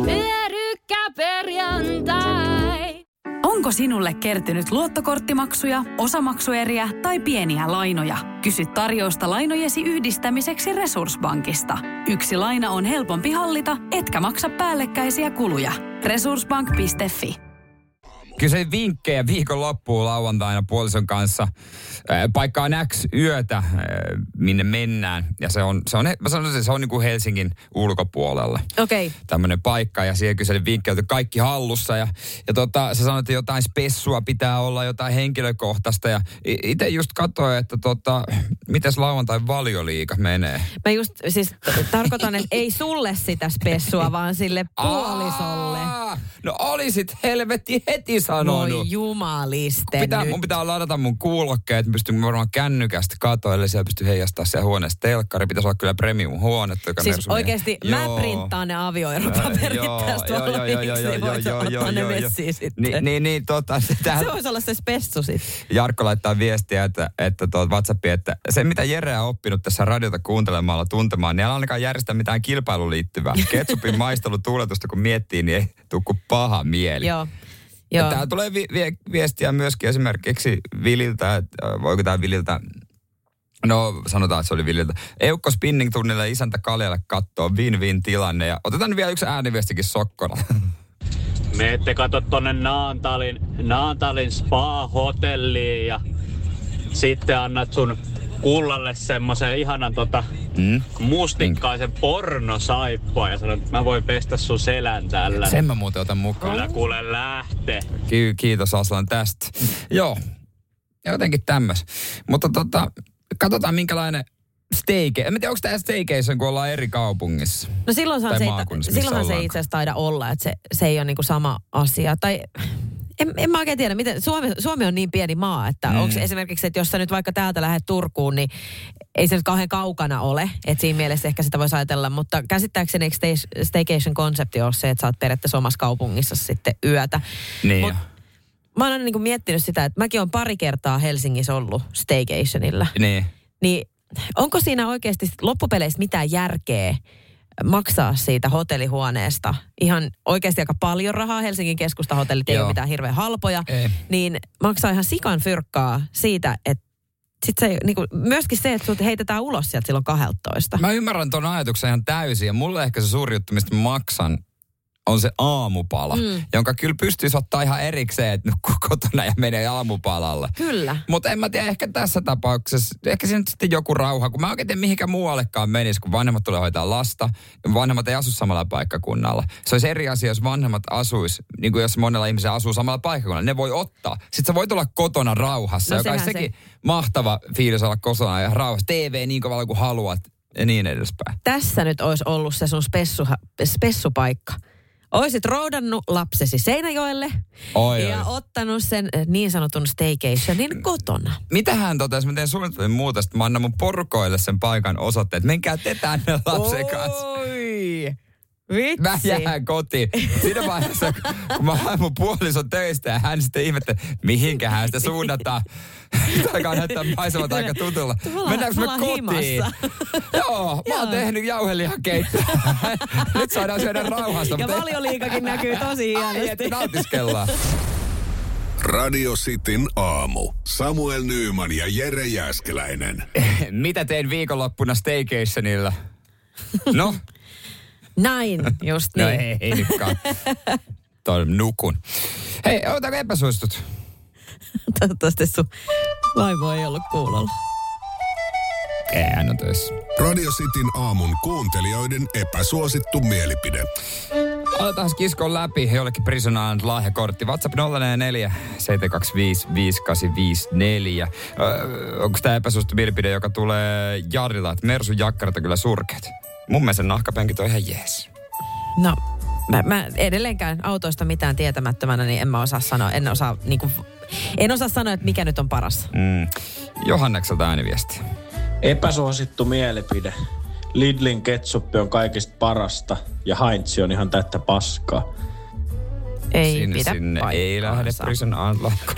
S10: Pyörykkäperjantai.
S1: Onko sinulle kertynyt luottokorttimaksuja, osamaksueriä tai pieniä lainoja? Kysy tarjousta lainojesi yhdistämiseksi Resurssbankista. Yksi laina on helpompi hallita, etkä maksa päällekkäisiä kuluja. resurssbank piste fi.
S4: Kysyin vinkkejä viikonloppuun lauantaina puolison kanssa. Paikkaan X yötä, minne mennään. Ja se on, se on, mä sanoisin, että se on niin kuin Helsingin ulkopuolella.
S3: Okei. Okay.
S4: Tämmöinen paikka ja siihen kyselin vinkkejä, että kaikki hallussa. Ja, ja tota, sä sanoit, että jotain spessua pitää olla, jotain henkilökohtaista. Ja itse just katsoin, että tota, mites lauantai valioliiga menee.
S3: Mä just siis tarkoitan, että ei sulle sitä spessua, vaan sille puolisolle.
S4: Aa, no olisit helvetti heti sanonut.
S3: Voi jumaliste
S4: pitää,
S3: nyt.
S4: Mun pitää ladata mun kuulokkeet, pystyn varmaan kännykästä katoille, siellä pystyy heijastaa siellä huoneessa telkkari. Pitäisi olla kyllä premium huone.
S3: Siis oikeesti mä printtaan ne avioeropaperit tästä valmiiksi, niin voit ottaa ne messiin sitten.
S4: Niin, niin, niin tota.
S3: Se voisi olla se spessu sitten.
S4: Jarkko laittaa viestiä, että, että tuot WhatsAppiin, että se mitä Jere on oppinut tässä radiota kuuntelemalla tuntemaan, niin älä ainakaan järjestä mitään kilpailuun liittyvää. Ketsupin maistelutulletusta kun miettii, niin ei tule kuin paha mieli.
S3: Joo. Joo.
S4: Täällä tulee vi- vi- viestiä myöskin esimerkiksi Vililtä, että voiko tämä Vililtä, no sanotaan, että se oli Vililtä. Eukko spinning-tunnille isäntä Kaljalle kattoo win-win tilanne ja otetaan nyt vielä yksi ääniviestikin sokkona.
S6: Me ette katso tonne Naantalin, Naantalin spa-hotelliin ja sitten annat sun kullalle semmoisen ihanan tota mm. mustikkaisen pornosaippua ja sanot, että mä voin pestä sun selän tällä.
S4: Sen mä muuten otan mukaan.
S6: Kyllä kuule lähtee.
S4: Ki- kiitos Aslan tästä. Joo, jotenkin tämmöis. Mutta tota, katsotaan minkälainen staycation. En tiedä, onko tämä staycation, kun ollaan eri kaupungissa?
S3: No silloinhan se, ei, silloinhan se itse asiassa taida olla, että se, se ei ole niinku sama asia. Tai en, en mä oikein tiedä, miten Suomi, Suomi on niin pieni maa, että mm. onko esimerkiksi, että jos sä nyt vaikka täältä lähdet Turkuun, niin ei se nyt kauhean kaukana ole. Että siinä mielessä ehkä sitä voisi ajatella, mutta käsittääkseni eikö staycation-konsepti ole se, että sä oot periaatteessa omassa kaupungissa sitten yötä.
S4: Niin
S3: Mut, mä oon aina niin kuin miettinyt sitä, että mäkin olen pari kertaa Helsingissä ollut staycationilla.
S4: Niin.
S3: Niin onko siinä oikeasti loppupeleissä mitään järkeä maksaa siitä hotellihuoneesta ihan oikeasti aika paljon rahaa. Helsingin keskustahotellit ei Joo. ole mitään hirveän halpoja. Ei. Niin maksaa ihan sikan fyrkkaa siitä, että sit se, niin kuin, myöskin se, että sut heitetään ulos sieltä silloin kaksitoista.
S4: Mä ymmärrän ton ajatuksen ihan täysin ja mulle ehkä se suuri juttu, mistä mä maksan, on se aamupala, mm. jonka kyllä pystyisi ottaa ihan erikseen, että nukkuu kotona ja menee aamupalalle.
S3: Kyllä.
S4: Mutta en mä tiedä, ehkä tässä tapauksessa, ehkä siinä nyt sitten joku rauha, kun mä oikein tiedä mihinkään muuallekaan menisi, kun vanhemmat tulee hoitaa lasta, ja vanhemmat ei asu samalla paikkakunnalla. Se olisi eri asia, jos vanhemmat asuisi, niin kuin jos monella ihmisellä asuu samalla paikkakunnalla, ne voi ottaa. Sitten sä voit olla kotona rauhassa, no, joka olisi sekin se. mahtava fiilis olla kotona ja rauhassa. T V niin kovalla kuin haluat ja niin edespäin.
S3: Tässä nyt olisi ollut se sun spessu, spessupaikka. Oisit roudannut lapsesi Seinäjoelle
S4: oi,
S3: ja
S4: oi.
S3: ottanut sen niin sanotun staycationin kotona.
S4: Mitähän totesi, mä teen suunnitelmien muuta, että mä annan mun porukoille sen paikan osoitteet. Menkää te tänne lapsen kanssa.
S3: Oi, vitsi.
S4: Mä jään kotiin. Siinä vaiheessa, kun mä haen mun puolison töistä ja hän sitten ihmettä, mihinkähän sitä suunnataan. Alkaa näyttää maisemat aika tutulla. Mennäänkö me kotiin? Joo, mä oon tehnyt jauhelihakeittoa. Nyt saadaan syödä rauhassa.
S3: Ja valioliikakin näkyy tosi hienosti.
S4: Ai, että nautiskellaan.
S2: Radio Cityn aamu. Samuel Nyyman ja Jere Jääskeläinen.
S4: Mitä tein viikonloppuna staycationilla? No?
S3: Näin, just niin.
S4: No ei, ei nytkaan. Toi nukun. Hei, otetaanko epäsuostut?
S3: Toivottavasti sun vaimo ei ollut kuulolla.
S4: Ei, hän on töissä.
S2: Radio Cityn aamun kuuntelijoiden epäsuosittu mielipide.
S4: Aletaan kiskon läpi jollekin Prisonaan lahjakortti. WhatsApp nolla neljä neljä seitsemän kaksi viisi viisi kahdeksan viisi neljä. Öö, onko tämä epäsuosittu mielipide, joka tulee Jarilla, että Mersun jakkarat on kyllä surkeat? Mun mielestä nahkapenkit on ihan jees.
S3: No, Mä, mä edelleenkään autoista mitään tietämättömänä, niin en mä osaa sanoa, en osaa, niin kuin, en osaa sanoa, että mikä nyt on paras.
S4: Mm. Johannekselta ääniviesti.
S11: Epäsuosittu mielipide. Lidlin ketsuppi on kaikista parasta ja Heinz on ihan täyttä paskaa.
S3: Ei
S4: sinne,
S3: pidä
S4: sinne
S3: paikkaansa.
S4: ei lähde Prison Ant-lakko.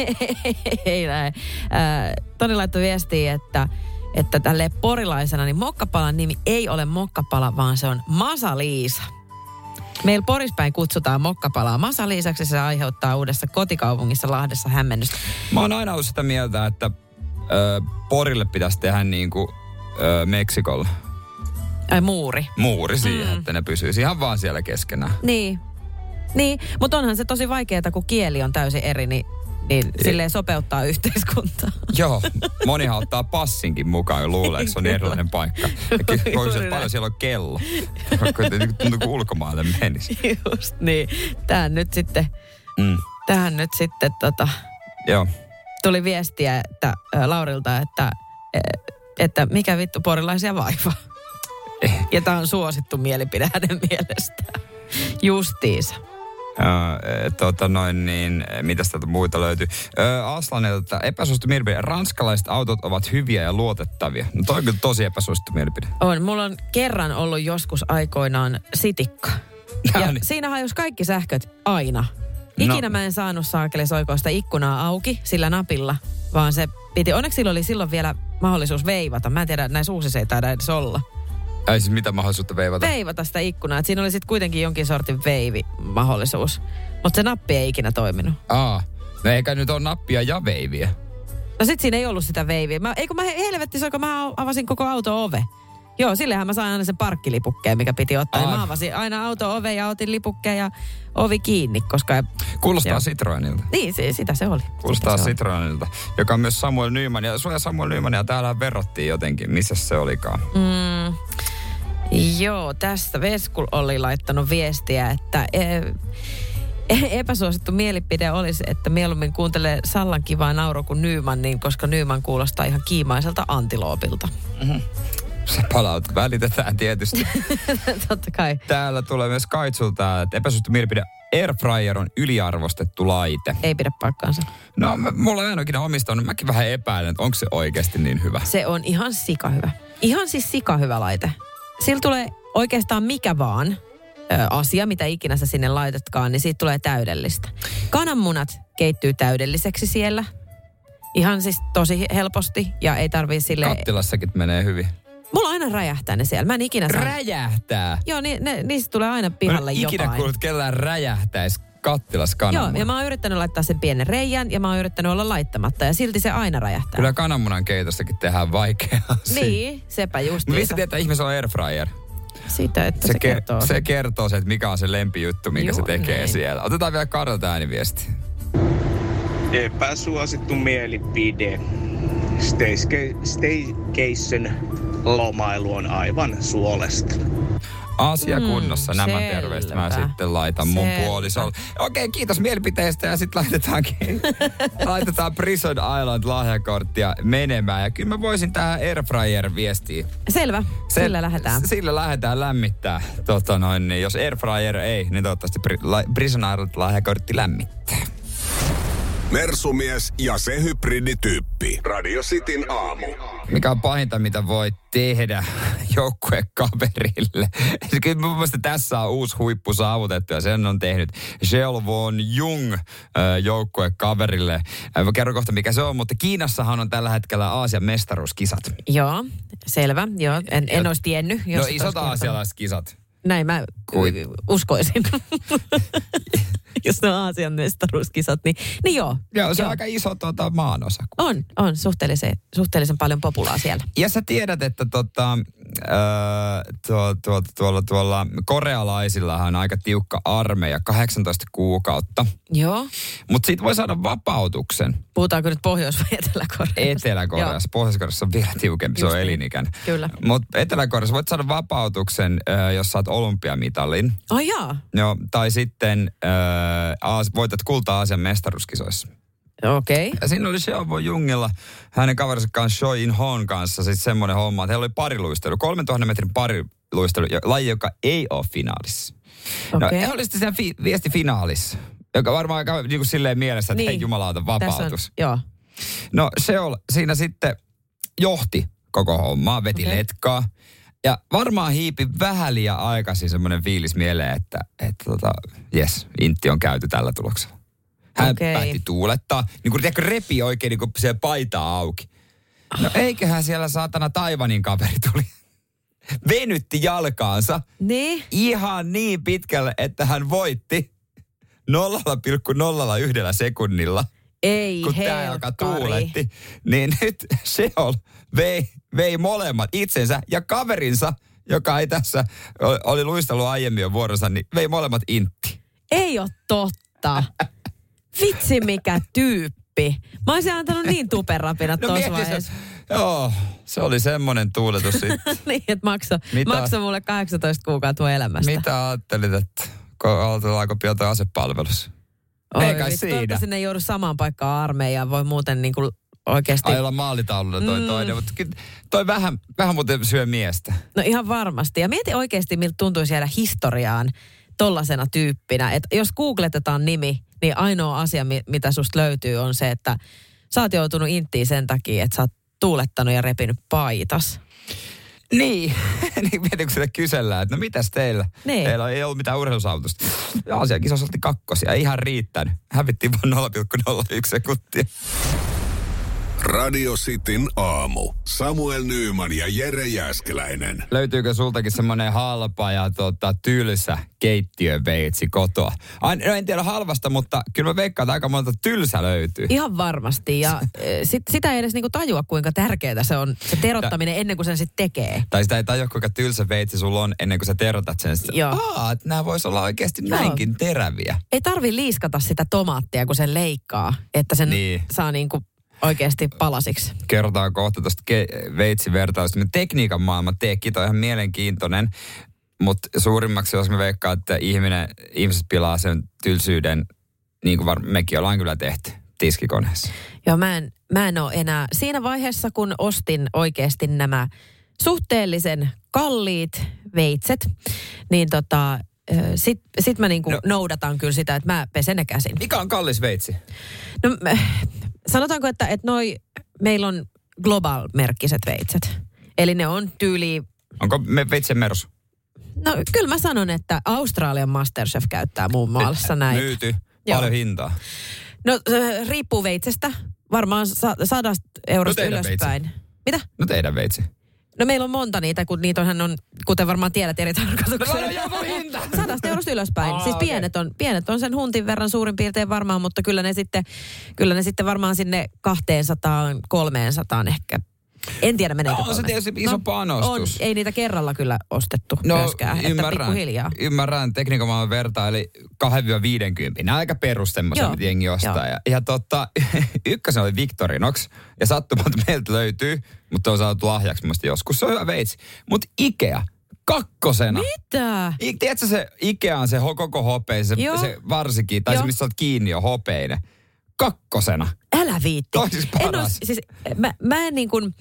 S3: Ei lähde. Äh, Toni laittoi viestiä, että, että tälle porilaisena, niin mokkapalan nimi ei ole mokkapala, vaan se on Masa-Liisa. Meillä Porispäin kutsutaan mokkapalaa Masa-Liisaksi, se aiheuttaa uudessa kotikaupungissa Lahdessa hämmennystä.
S4: Mä oon aina ollut sitä mieltä, että ö, Porille pitäisi tehdä niin kuin ö, Meksikolla.
S3: Ai muuri.
S4: Muuri siihen,
S3: Mm.
S4: että ne pysyisi ihan vaan siellä keskenään.
S3: Niin, niin. Mutta onhan se tosi vaikeaa, kun kieli on täysin eri, niin, niin silleen sopeuttaa yhteiskuntaa.
S4: Joo, monihan ottaa passinkin mukaan ja luulee, että se on erilainen paikka. Ja voisi olla paljon, siellä on kello. Tuntuu kuin ulkomaille menisi.
S3: Just niin. Tähän nyt sitten,
S4: Mm.
S3: tähän nyt sitten tota,
S4: Joo.
S3: tuli viestiä että, ä, Laurilta, että, ä, että mikä vittu porilaisia vaivaa.
S4: Eh.
S3: Ja tämä on suosittu mielipide hänen mielestään. Justiinsa.
S4: Öö, tota noin niin, mitäs täältä muita löytyy? Öö, Aslanilta, epäsuosittu mielipide. Ranskalaiset autot ovat hyviä ja luotettavia. No toi on kyllä tosi epäsuosittu mielipide.
S3: On. Mulla on kerran ollut joskus aikoinaan sitikka. Ja
S4: Ja niin.
S3: siinä hajosi kaikki sähköt aina. Ikinä
S4: No.
S3: mä en saanut saakeli soikoista ikkunaa auki sillä napilla, vaan se piti, onneksi sillä oli silloin vielä mahdollisuus veivata. Mä en tiedä, näissä uusissa ei taida edes olla.
S4: Ei siis mitä mahdollisuutta veivata?
S3: Veivata sitä ikkunaa, että siinä oli sitten kuitenkin jonkin sortin veivi-mahdollisuus. Mutta se nappi ei ikinä toiminut.
S4: Aa, no eikä nyt ole nappia ja veiviä.
S3: No sit siinä ei ollut sitä veiviä. Mä, eikö mä helvetti soiko, mä avasin koko auto ove. Joo, sillehän mä sain aina sen parkkilipukkeen, mikä piti ottaa.
S4: Ai.
S3: Mä avasin aina auto ove ja otin lipukkeen ja ovi kiinni, koska...
S4: Kuulostaa
S3: Joo.
S4: Citroenilta.
S3: Niin, se, sitä se oli.
S4: Kuulostaa
S3: Sitä se oli.
S4: Citroenilta, joka on myös Samuel Nyman. Ja sua ja Samuel Nymania täällä verrattiin jotenkin. Missä se olikaan?
S3: Mm, joo, tästä Veskul oli laittanut viestiä, että e, e, epäsuosittu mielipide olisi, että mieluummin kuuntelee Sallan kivaa nauru kuin Nyman, niin koska Nyman kuulostaa ihan kiimaiselta antiloopilta.
S4: Mm-hmm. Se palaut välitetään tietysti.
S3: Totta kai.
S4: Täällä tulee myös Kaitsulta, että epäsuosittu mielipide. Airfryer on yliarvostettu laite.
S3: Ei pidä paikkaansa.
S4: No, mä, mulla en oikein omistanut. Mäkin vähän epäilen, että onko se oikeasti niin hyvä.
S3: Se on ihan sika hyvä. Ihan siis sika hyvä laite. Sillä tulee oikeastaan mikä vaan ö, asia, mitä ikinä sä sinne laitetkaan, niin siitä tulee täydellistä. Kananmunat keittyy täydelliseksi siellä. Ihan siis tosi helposti ja ei tarvii sille...
S4: Kattilassakin menee hyvin.
S3: Mulla aina räjähtää ne siellä. Mä en ikinä saa...
S4: Räjähtää?
S3: Joo, niin, ne, niistä tulee aina pihalle
S4: mä en ikinä
S3: jotain.
S4: kuullut, että kellään räjähtäisi kattilas kananmunan.
S3: Joo, ja mä oon yrittänyt laittaa sen pienen reijän ja mä oon yrittänyt olla laittamatta ja silti se aina räjähtää.
S4: Kyllä kananmunan keitossakin tehdään vaikeaa.
S3: Niin, sepä justiinsa.
S4: Mistä tietää, että ihmisellä on airfryer?
S3: Sitä, että se,
S4: Se,
S3: se kertoo.
S4: ke- se kertoo se, että mikä on se lempijuttu, minkä
S3: Juu,
S4: se tekee
S3: näin.
S4: siellä. Otetaan vielä Karolta ääniviesti.
S12: Epäsuosittu mielipide. Stayca- Staycation lomailu on aivan suolesta.
S4: Asia
S3: Mm,
S4: kunnossa. Nämä
S3: selvä.
S4: terveiset mä sitten laitan mun
S3: Selvä.
S4: puolisolle. Okei, kiitos mielipiteistä ja sitten laitetaankin, laitetaan Prison Island lahjakorttia menemään. Ja kyllä mä voisin tähän Airfryer-viestiin.
S3: Selvä,
S4: Se-
S3: sillä lähdetään.
S4: Sillä lähdetään lämmittää. Tota noin, niin jos Airfryer ei, niin toivottavasti Pri- la- Prison Island lahjakortti lämmittää.
S2: Mersumies ja se hybridityyppi. Radio Cityn aamu.
S4: Mikä on pahinta, mitä voi tehdä joukkuekaverille? Kyllä mun mielestä tässä on uusi huippu saavutettu ja sen on tehnyt Shell Von Jung joukkuekaverille. Mä kerron kohta, mikä se on, mutta Kiinassahan on tällä hetkellä Aasian mestaruuskisat.
S3: Joo, selvä. Joo, en, en olisi tiennyt. Jos
S4: No
S3: et olisi
S4: isot
S3: kertonut.
S4: aasialaiset kisat.
S3: Näin mä
S4: Kui-
S3: uskoisin. Jos ne on Aasian mestaruuskisat, niin, niin joo.
S4: Joo, se on
S3: joo.
S4: aika iso tuota, maanosa.
S3: On, on suhteellisen, suhteellisen paljon populaa siellä.
S4: Ja sä tiedät, että tota, öö, tuo, tuo, tuolla, tuolla korealaisillahan on aika tiukka armeija, kahdeksantoista kuukautta.
S3: Joo.
S4: Mutta siitä voi saada vapautuksen.
S3: Puhutaanko nyt Pohjois- vai Etelä-Koreasta?
S4: Etelä-Koreassa. Pohjois-Koreassa on vielä tiukempi, se
S3: Just
S4: on
S3: niin.
S4: elinikäinen.
S3: Kyllä.
S4: Mutta Etelä-Koreassa voit saada vapautuksen, öö, jos saat olympiamitalin.
S3: Ai jaa.
S4: Joo, tai sitten öö, Aas, voitat kultaa Aasian mestaruuskisoissa.
S3: Okei. Okay.
S4: Ja siinä oli Xiaobo Jungilla, hänen kaverinsa kanssa Choi In-hon kanssa sitten semmoinen homma, että heillä oli pariluistelu, kolmentuhannen metrin pari, luistelu, laji, joka ei ole finaalissa.
S3: Okay.
S4: No, he olisitte siinä fi- viesti finaalissa, joka varmaan aika niin kuin silleen mielessä, että niin. Hei jumalauta, vapautus.
S3: On, joo.
S4: No se on siinä sitten johti koko hommaa, veti okay. letkaa. Ja varmaan hiipi vähän liian aikaisin semmoinen fiilis mieleen, että, että tota, jes, intti on käyty tällä tuloksella. Hän okay. päätti tuulettaa, niin kuin tiedätkö, repi oikein niin kuin se paitaa auki. No eiköhän siellä saatana Taiwanin kaveri tuli. Venytti jalkaansa
S3: niin?
S4: Ihan niin pitkälle, että hän voitti nolla pilkku nolla yksi sekunnilla.
S3: Ei
S4: kun tämä, joka tuuletti. Niin nyt Sheol vei, vei molemmat itsensä ja kaverinsa, joka ei tässä oli luistellut aiemmin jo vuoronsa, niin vei molemmat intti.
S3: Ei ole totta. Vitsi mikä tyyppi. Mä olisin antanut niin tuperapinat no, tuossa vaiheessa.
S4: Joo, se oli semmoinen tuuletus sitten.
S3: niin, että makso, makso mulle kahdeksantoista kuukautta mun elämästä.
S4: Mitä ajattelit, että aloitellaanko pian toi asepalvelus?
S3: Oi,
S4: ei kai siinä.
S3: Toivottavasti ne ei joudu samaan paikkaan armeijaan. Voi muuten niin kuin oikeasti...
S4: Ajalla maalitaululla toi mm. toinen, mutta toi vähän, vähän muuten syö miestä.
S3: No ihan varmasti. Ja mieti oikeasti, miltä tuntuisi jäädä historiaan tollasena tyyppinä. Että jos googletetaan nimi, niin ainoa asia, mitä susta löytyy, on se, että sä oot joutunut inttiin sen takia, että sä oot tuulettanut ja repinyt paitas.
S4: Niin, niin mietin kun sitä kysellään, että no mitäs teillä?
S3: Niin.
S4: Teillä ei ollut mitään urheilusaavutusta. Aasiakisassa oltiin kakkosia, ei ihan riittänyt. Hävittiin vain nolla pilkku nolla yksi sekuntia.
S2: Radio Cityn aamu. Samuel Nyyman ja Jere Jääskeläinen.
S4: Löytyykö sultakin semmoinen halpa ja tota, tylsä keittiöveitsi kotoa? Ain, no en tiedä halvasta, mutta kyllä mä veikkaan, että aika monta tylsä löytyy.
S3: Ihan varmasti. Ja sit, sitä ei edes niinku tajua, kuinka tärkeää se on se terottaminen ennen kuin sen sitten tekee.
S4: Tai sitä ei tajua, kuinka tylsä veitsi sulla on ennen kuin sä terotat sen. Joo. Aa, että nämä vois olla oikeasti Joo. näinkin teräviä.
S3: Ei tarvi liiskata sitä tomaattia, kun sen leikkaa, että sen niin. saa niinku... oikeasti palasiksi.
S4: Kerrotaan kohta tuosta ke- veitsivertausta. Tekniikan maailma teekki, toi on ihan mielenkiintoinen, mutta suurimmaksi jos me veikkaa, että ihminen, ihmiset pilaa sen tylsyyden, niin kuin var- mekin ollaan kyllä tehty tiskikoneessa.
S3: Joo, mä en, mä en ole enää. Siinä vaiheessa, kun ostin oikeasti nämä suhteellisen kalliit veitset, niin tota... Sitten sit mä niinku no. noudatan kyllä sitä, että mä pesen ne käsin.
S4: Mikä on kallis veitsi?
S3: No sanotaanko, että, että noi, meillä on global-merkkiset veitset. Eli ne on tyyli...
S4: Onko me veitsen mersu?
S3: No kyllä mä sanon, että Australian Masterchef käyttää muun muassa näitä.
S4: Myyty. Paljon hintaa.
S3: No riippuu veitsestä. Varmaan sa- sadasta eurosta no ylöspäin.
S4: Veitsi.
S3: Mitä?
S4: No teidän veitsi.
S3: No meillä on monta niitä, kun niitä onhan on, kuten varmaan tiedät, eri tarkoituksella.
S4: No joku hinta!
S3: Sadasta eurosta ylöspäin.
S4: Aa,
S3: siis pienet on, pienet on sen huntin verran suurin piirtein varmaan, mutta kyllä ne sitten, kyllä ne sitten varmaan sinne kaksisataa kolmesataa ehkä. En tiedä meneekö.
S4: No, on se tietysti iso
S3: no,
S4: panostus.
S3: On, ei niitä kerralla kyllä ostettu
S4: no,
S3: myöskään.
S4: Ymmärrän,
S3: että pikkuhiljaa.
S4: Ymmärrän tekniikan vertaa, eli kahdesta viiteenkymmeneen. Nämä aika perus semmoisia, mitä jengi ostaa. Ja, ja tota, ykkösen oli Victorinox, ja sattumalta meiltä löytyy, mutta on saatu lahjaksi muista joskus. Se on hyvä veitsi. Mutta Ikea, kakkosena.
S3: Mitä?
S4: I, tiedätkö se Ikea on se koko hopeinen, se, se varsinkin, tai Joo. se missä olet kiinni on hopeinen. Kakkosena.
S3: Älä viitti.
S4: Toisis paras.
S3: En ole, siis, mä, mä en niin kuin,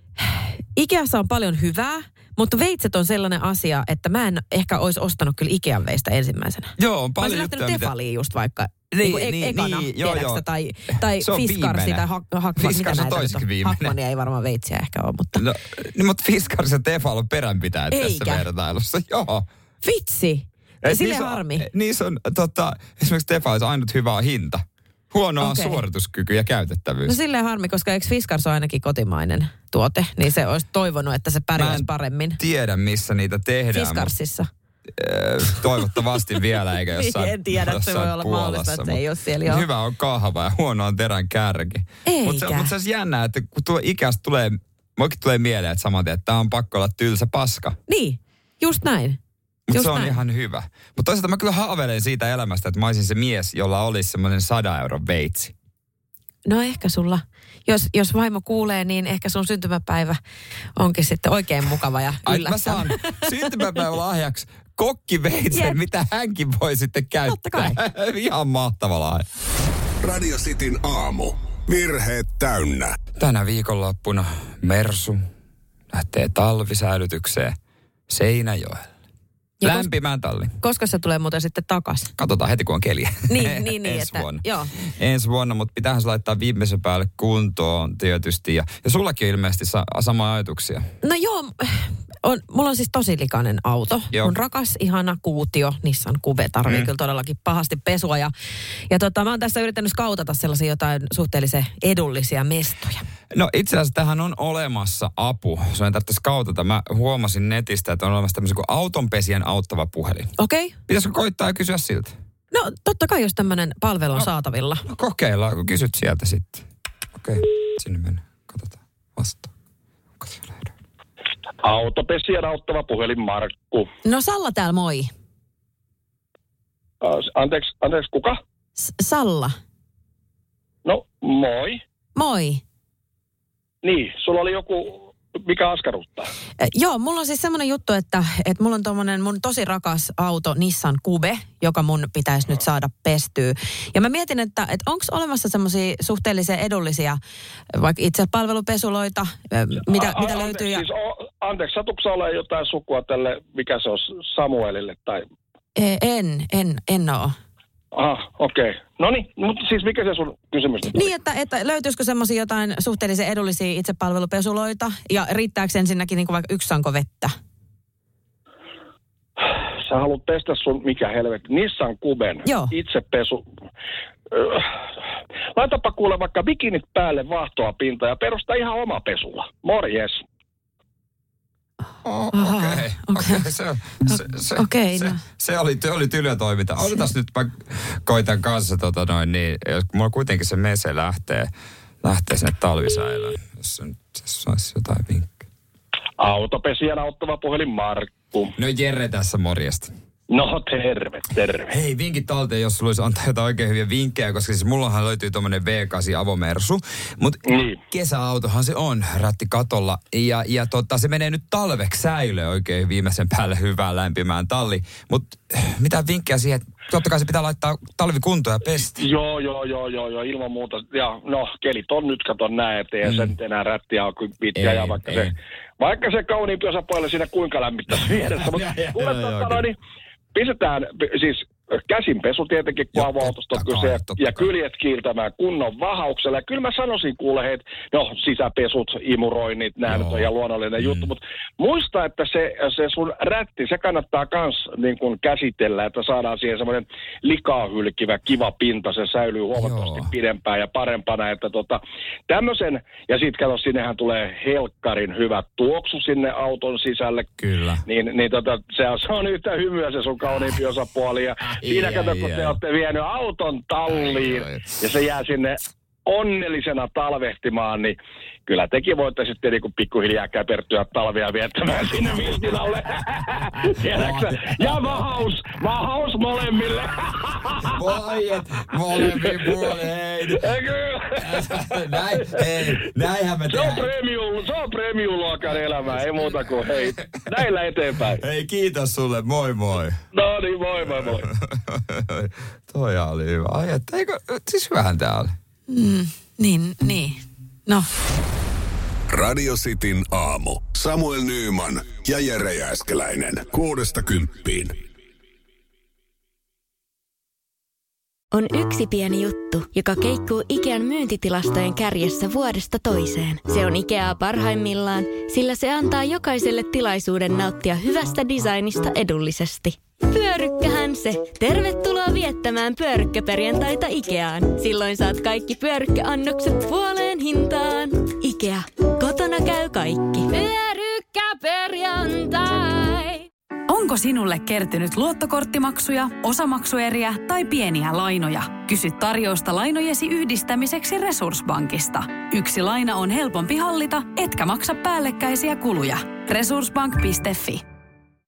S3: Ikeassa on paljon hyvää, mutta veitset on sellainen asia, että mä en ehkä olisi ostanut kyllä Ikean veistä ensimmäisenä.
S4: Joo, on paljon
S3: juttuja. Mä olisin lähtenyt Tefaliin just vaikka.
S4: Niin,
S3: niin, kuin
S4: niin,
S3: ekana,
S4: niin, joo, joo.
S3: Tai, tai Fiskarsi tai Hakman.
S4: Fiskars on toisikin viimeinen.
S3: Hakmania ei varmaan veitsiä ehkä ole, mutta...
S4: No, niin, mutta Fiskars ja Tefal on peränpitäjät tässä vertailussa. Joo.
S3: Vitsi. Silleen harmi.
S4: Niissä on, tota, esimerkiksi Tefalissa ainut hyvä on hinta. Huonoa okay. suorituskyky ja käytettävyys.
S3: No silleen harmi, koska eikö Fiskars ole ainakin kotimainen tuote, niin se olisi toivonut, että se pärjäisi paremmin.
S4: Tiedä, missä niitä tehdään.
S3: Fiskarsissa.
S4: Mutta, toivottavasti vielä, eikä jossain
S3: en tiedä, että se voi olla mahdollista, että se ei ole siellä jo.
S4: Hyvä on kahva ja huono on terän kärki. Mutta se, mut se olisi jännää, että kun tuo ikästä tulee, muikin tulee mieleen, että saman että tämä on pakko olla tylsä paska.
S3: Niin, just näin.
S4: Mutta se on näin. Ihan hyvä. Mutta toisaalta mä kyllä haaveilen siitä elämästä, että mä olisin se mies, jolla olisi semmoinen sadan euron veitsi.
S3: No ehkä sulla, jos, jos vaimo kuulee, niin ehkä sun syntymäpäivä onkin sitten oikein mukava ja yllättävä.
S4: Mä saan syntymäpäivän lahjaksi kokkiveitsen, yep. mitä hänkin voi sitten käyttää.
S3: Totta kai.
S4: Ihan mahtava lahja.
S2: Radio Cityn aamu. Virheet täynnä.
S4: Tänä viikonloppuna Mersu lähtee talvisäilytykseen. Seinäjoelle.
S3: Ja
S4: Lämpimään talliin.
S3: Koska se tulee muuten sitten takaisin?
S4: Katsotaan heti, kun on keliä.
S3: Niin, niin, niin.
S4: Ensi
S3: että,
S4: vuonna.
S3: Joo.
S4: Ensi vuonna, mutta pitäähän se laittaa viimeisen päälle kuntoon tietysti. Ja, ja sullakin on ilmeisesti sa- samaa ajatuksia.
S3: No joo, on, mulla on siis tosi likainen auto.
S4: Joo.
S3: Mun rakas, ihana Kuutio, Nissan Cube, tarvii mm. kyllä todellakin pahasti pesua. Ja, ja tota, mä oon tässä yrittänyt skautata sellaisia jotain suhteellisen edullisia mestoja.
S4: No itse asiassa tähän on olemassa apu. Se on tarvitse skautata. Mä huomasin netistä, että on olemassa tämmöisen kuin autonpesien auttava puhelin. Okei. Okay. Pitäisikö koittaa ja kysyä siltä?
S3: No totta kai, jos tämmöinen palvelu on no, saatavilla.
S4: No kokeillaan, kun kysyt sieltä sitten. Okei, okay. Sinne mennään. Katsotaan. Vastaan. Onko siellä edellä?
S13: Autopesien auttava puhelin, Markku.
S3: No Salla täällä, moi.
S13: Uh, anteeksi, anteeksi, kuka?
S3: S- Salla.
S13: No, moi.
S3: Moi.
S13: Niin, sulla oli joku, mikä askarruttaa?
S3: Eh, joo, mulla on siis semmoinen juttu, että, että mulla on tommonen mun tosi rakas auto Nissan Cube, joka mun pitäisi nyt saada pestyä. Ja mä mietin, että, että onko olemassa semmoisia suhteellisen edullisia, vaikka itse palvelupesuloita, mitä, a, mitä a, löytyy.
S13: Anteeksi, ja... siis, anteeksi, satutko olemaan jotain sukua tälle, mikä se on, Samuelille tai...
S3: En, en, en oo.
S13: Aha, okei. Okay. No niin, mutta siis mikä se sun kysymys on?
S3: Niin, että, että löytyisikö semmoisia jotain suhteellisen edullisia itsepalvelupesuloita ja riittääkö ensinnäkin niin kuin vaikka yksi sanko vettä?
S13: Sä haluat pestä sun, mikä helvetti, Nissan Cuben itsepesu. Laitapa kuule vaikka bikinit päälle, vaahtoa pinta ja perusta ihan oma pesula. Morjes.
S4: Oh, okei, okay. okay. okay. se, se, se, okay, se, no. se oli, oli tylyä toiminta. Otetaan nyt, mä koitan kanssa, tota noin, niin, jos mulla kuitenkin se mese lähtee, lähtee sinne talvisäilöön, jos se nyt saisi jotain vinkkejä.
S13: Autopesien auttava puhelin, Markku.
S4: No Jere tässä, morjesta.
S13: No terve, terve.
S4: Hei, vinkit talteen, jos sulla olisi antaa jotain oikein hyviä vinkkejä, koska siis mullahan löytyy tommonen V kahdeksan avomersu, mutta niin. Kesäautohan se on, rätti katolla, ja, ja tota, se menee nyt talveksi säilöön oikein viimeisen päälle hyvään lämpimään talliin, mutta mitä vinkkejä siihen, totta kai se pitää laittaa talvikuntoon ja pestä.
S13: Joo, joo, joo, joo, joo, ilman muuta, ja no, kelit on nyt, katon näin, ettei mm. sen enää rättiä ole pitkä, ja vaikka ei. se, vaikka se kauniimpi osapuolelle siinä kuinka lämmittäisi vieressä, mutta kuule totta niin, pistetään siis käsinpesu tietenkin, kun avoautosta on kyse, ja, ja kyljet kiiltämään kunnon vahauksella. Ja kyllä mä sanoisin kuule, hei, no sisäpesut, imuroinnit, nämä nyt on ihan luonnollinen mm. juttu, mutta muista, että se, se sun rätti, se kannattaa kans niin kuin käsitellä, että saadaan siihen semmoinen likaa hylkivä, kiva pinta, se säilyy huomattavasti Joo. pidempään ja parempana, että tota, tämmöisen, ja sit kato, sinnehän tulee helkkarin hyvä tuoksu sinne auton sisälle.
S4: Kyllä.
S13: Niin, niin tota, se on, se on yhtä hymyä se sun kauniimpi osapuoli, ja siinä kato, kun te olette vienyt auton talliin ai, ai. ja se jää sinne onnellisena talvehtimaan, niin kyllä tekin voitte sitten niin pikkuhiljaa käpertyä talvia viettämään sinne viltin alle. Ja vahaus, vahaus molemmille.
S4: Voi, et molemmin puoleen. Näin, hei, näinhän me tehdään.
S13: Se on premium, se on premium-luokan elämää, ei muuta kuin hei, näillä eteenpäin.
S4: Hei, kiitos sulle, moi moi.
S13: No niin, moi moi moi.
S4: Toi oli hyvä. Ai, että eikö, siis hyvähän tää oli.
S3: Mm, niin, niin. No.
S2: Radio Cityn aamu. Samuel Nyyman ja Jere Jääskeläinen. Kuudesta kymppiin.
S10: On yksi pieni juttu, joka keikkuu Ikean myyntitilastojen kärjessä vuodesta toiseen. Se on Ikeaa parhaimmillaan, sillä se antaa jokaiselle tilaisuuden nauttia hyvästä designista edullisesti. Pyörykkähän se. Tervetuloa viettämään pyörykkäperjantaita Ikeaan. Silloin saat kaikki pyörykkäannokset puoleen hintaan. Ikea. Kotona käy kaikki. Pyörykkäperjantai.
S1: Onko sinulle kertynyt luottokorttimaksuja, osamaksueriä tai pieniä lainoja? Kysy tarjousta lainojesi yhdistämiseksi Resurssbankista. Yksi laina on helpompi hallita, etkä maksa päällekkäisiä kuluja. Resurssbank piste fi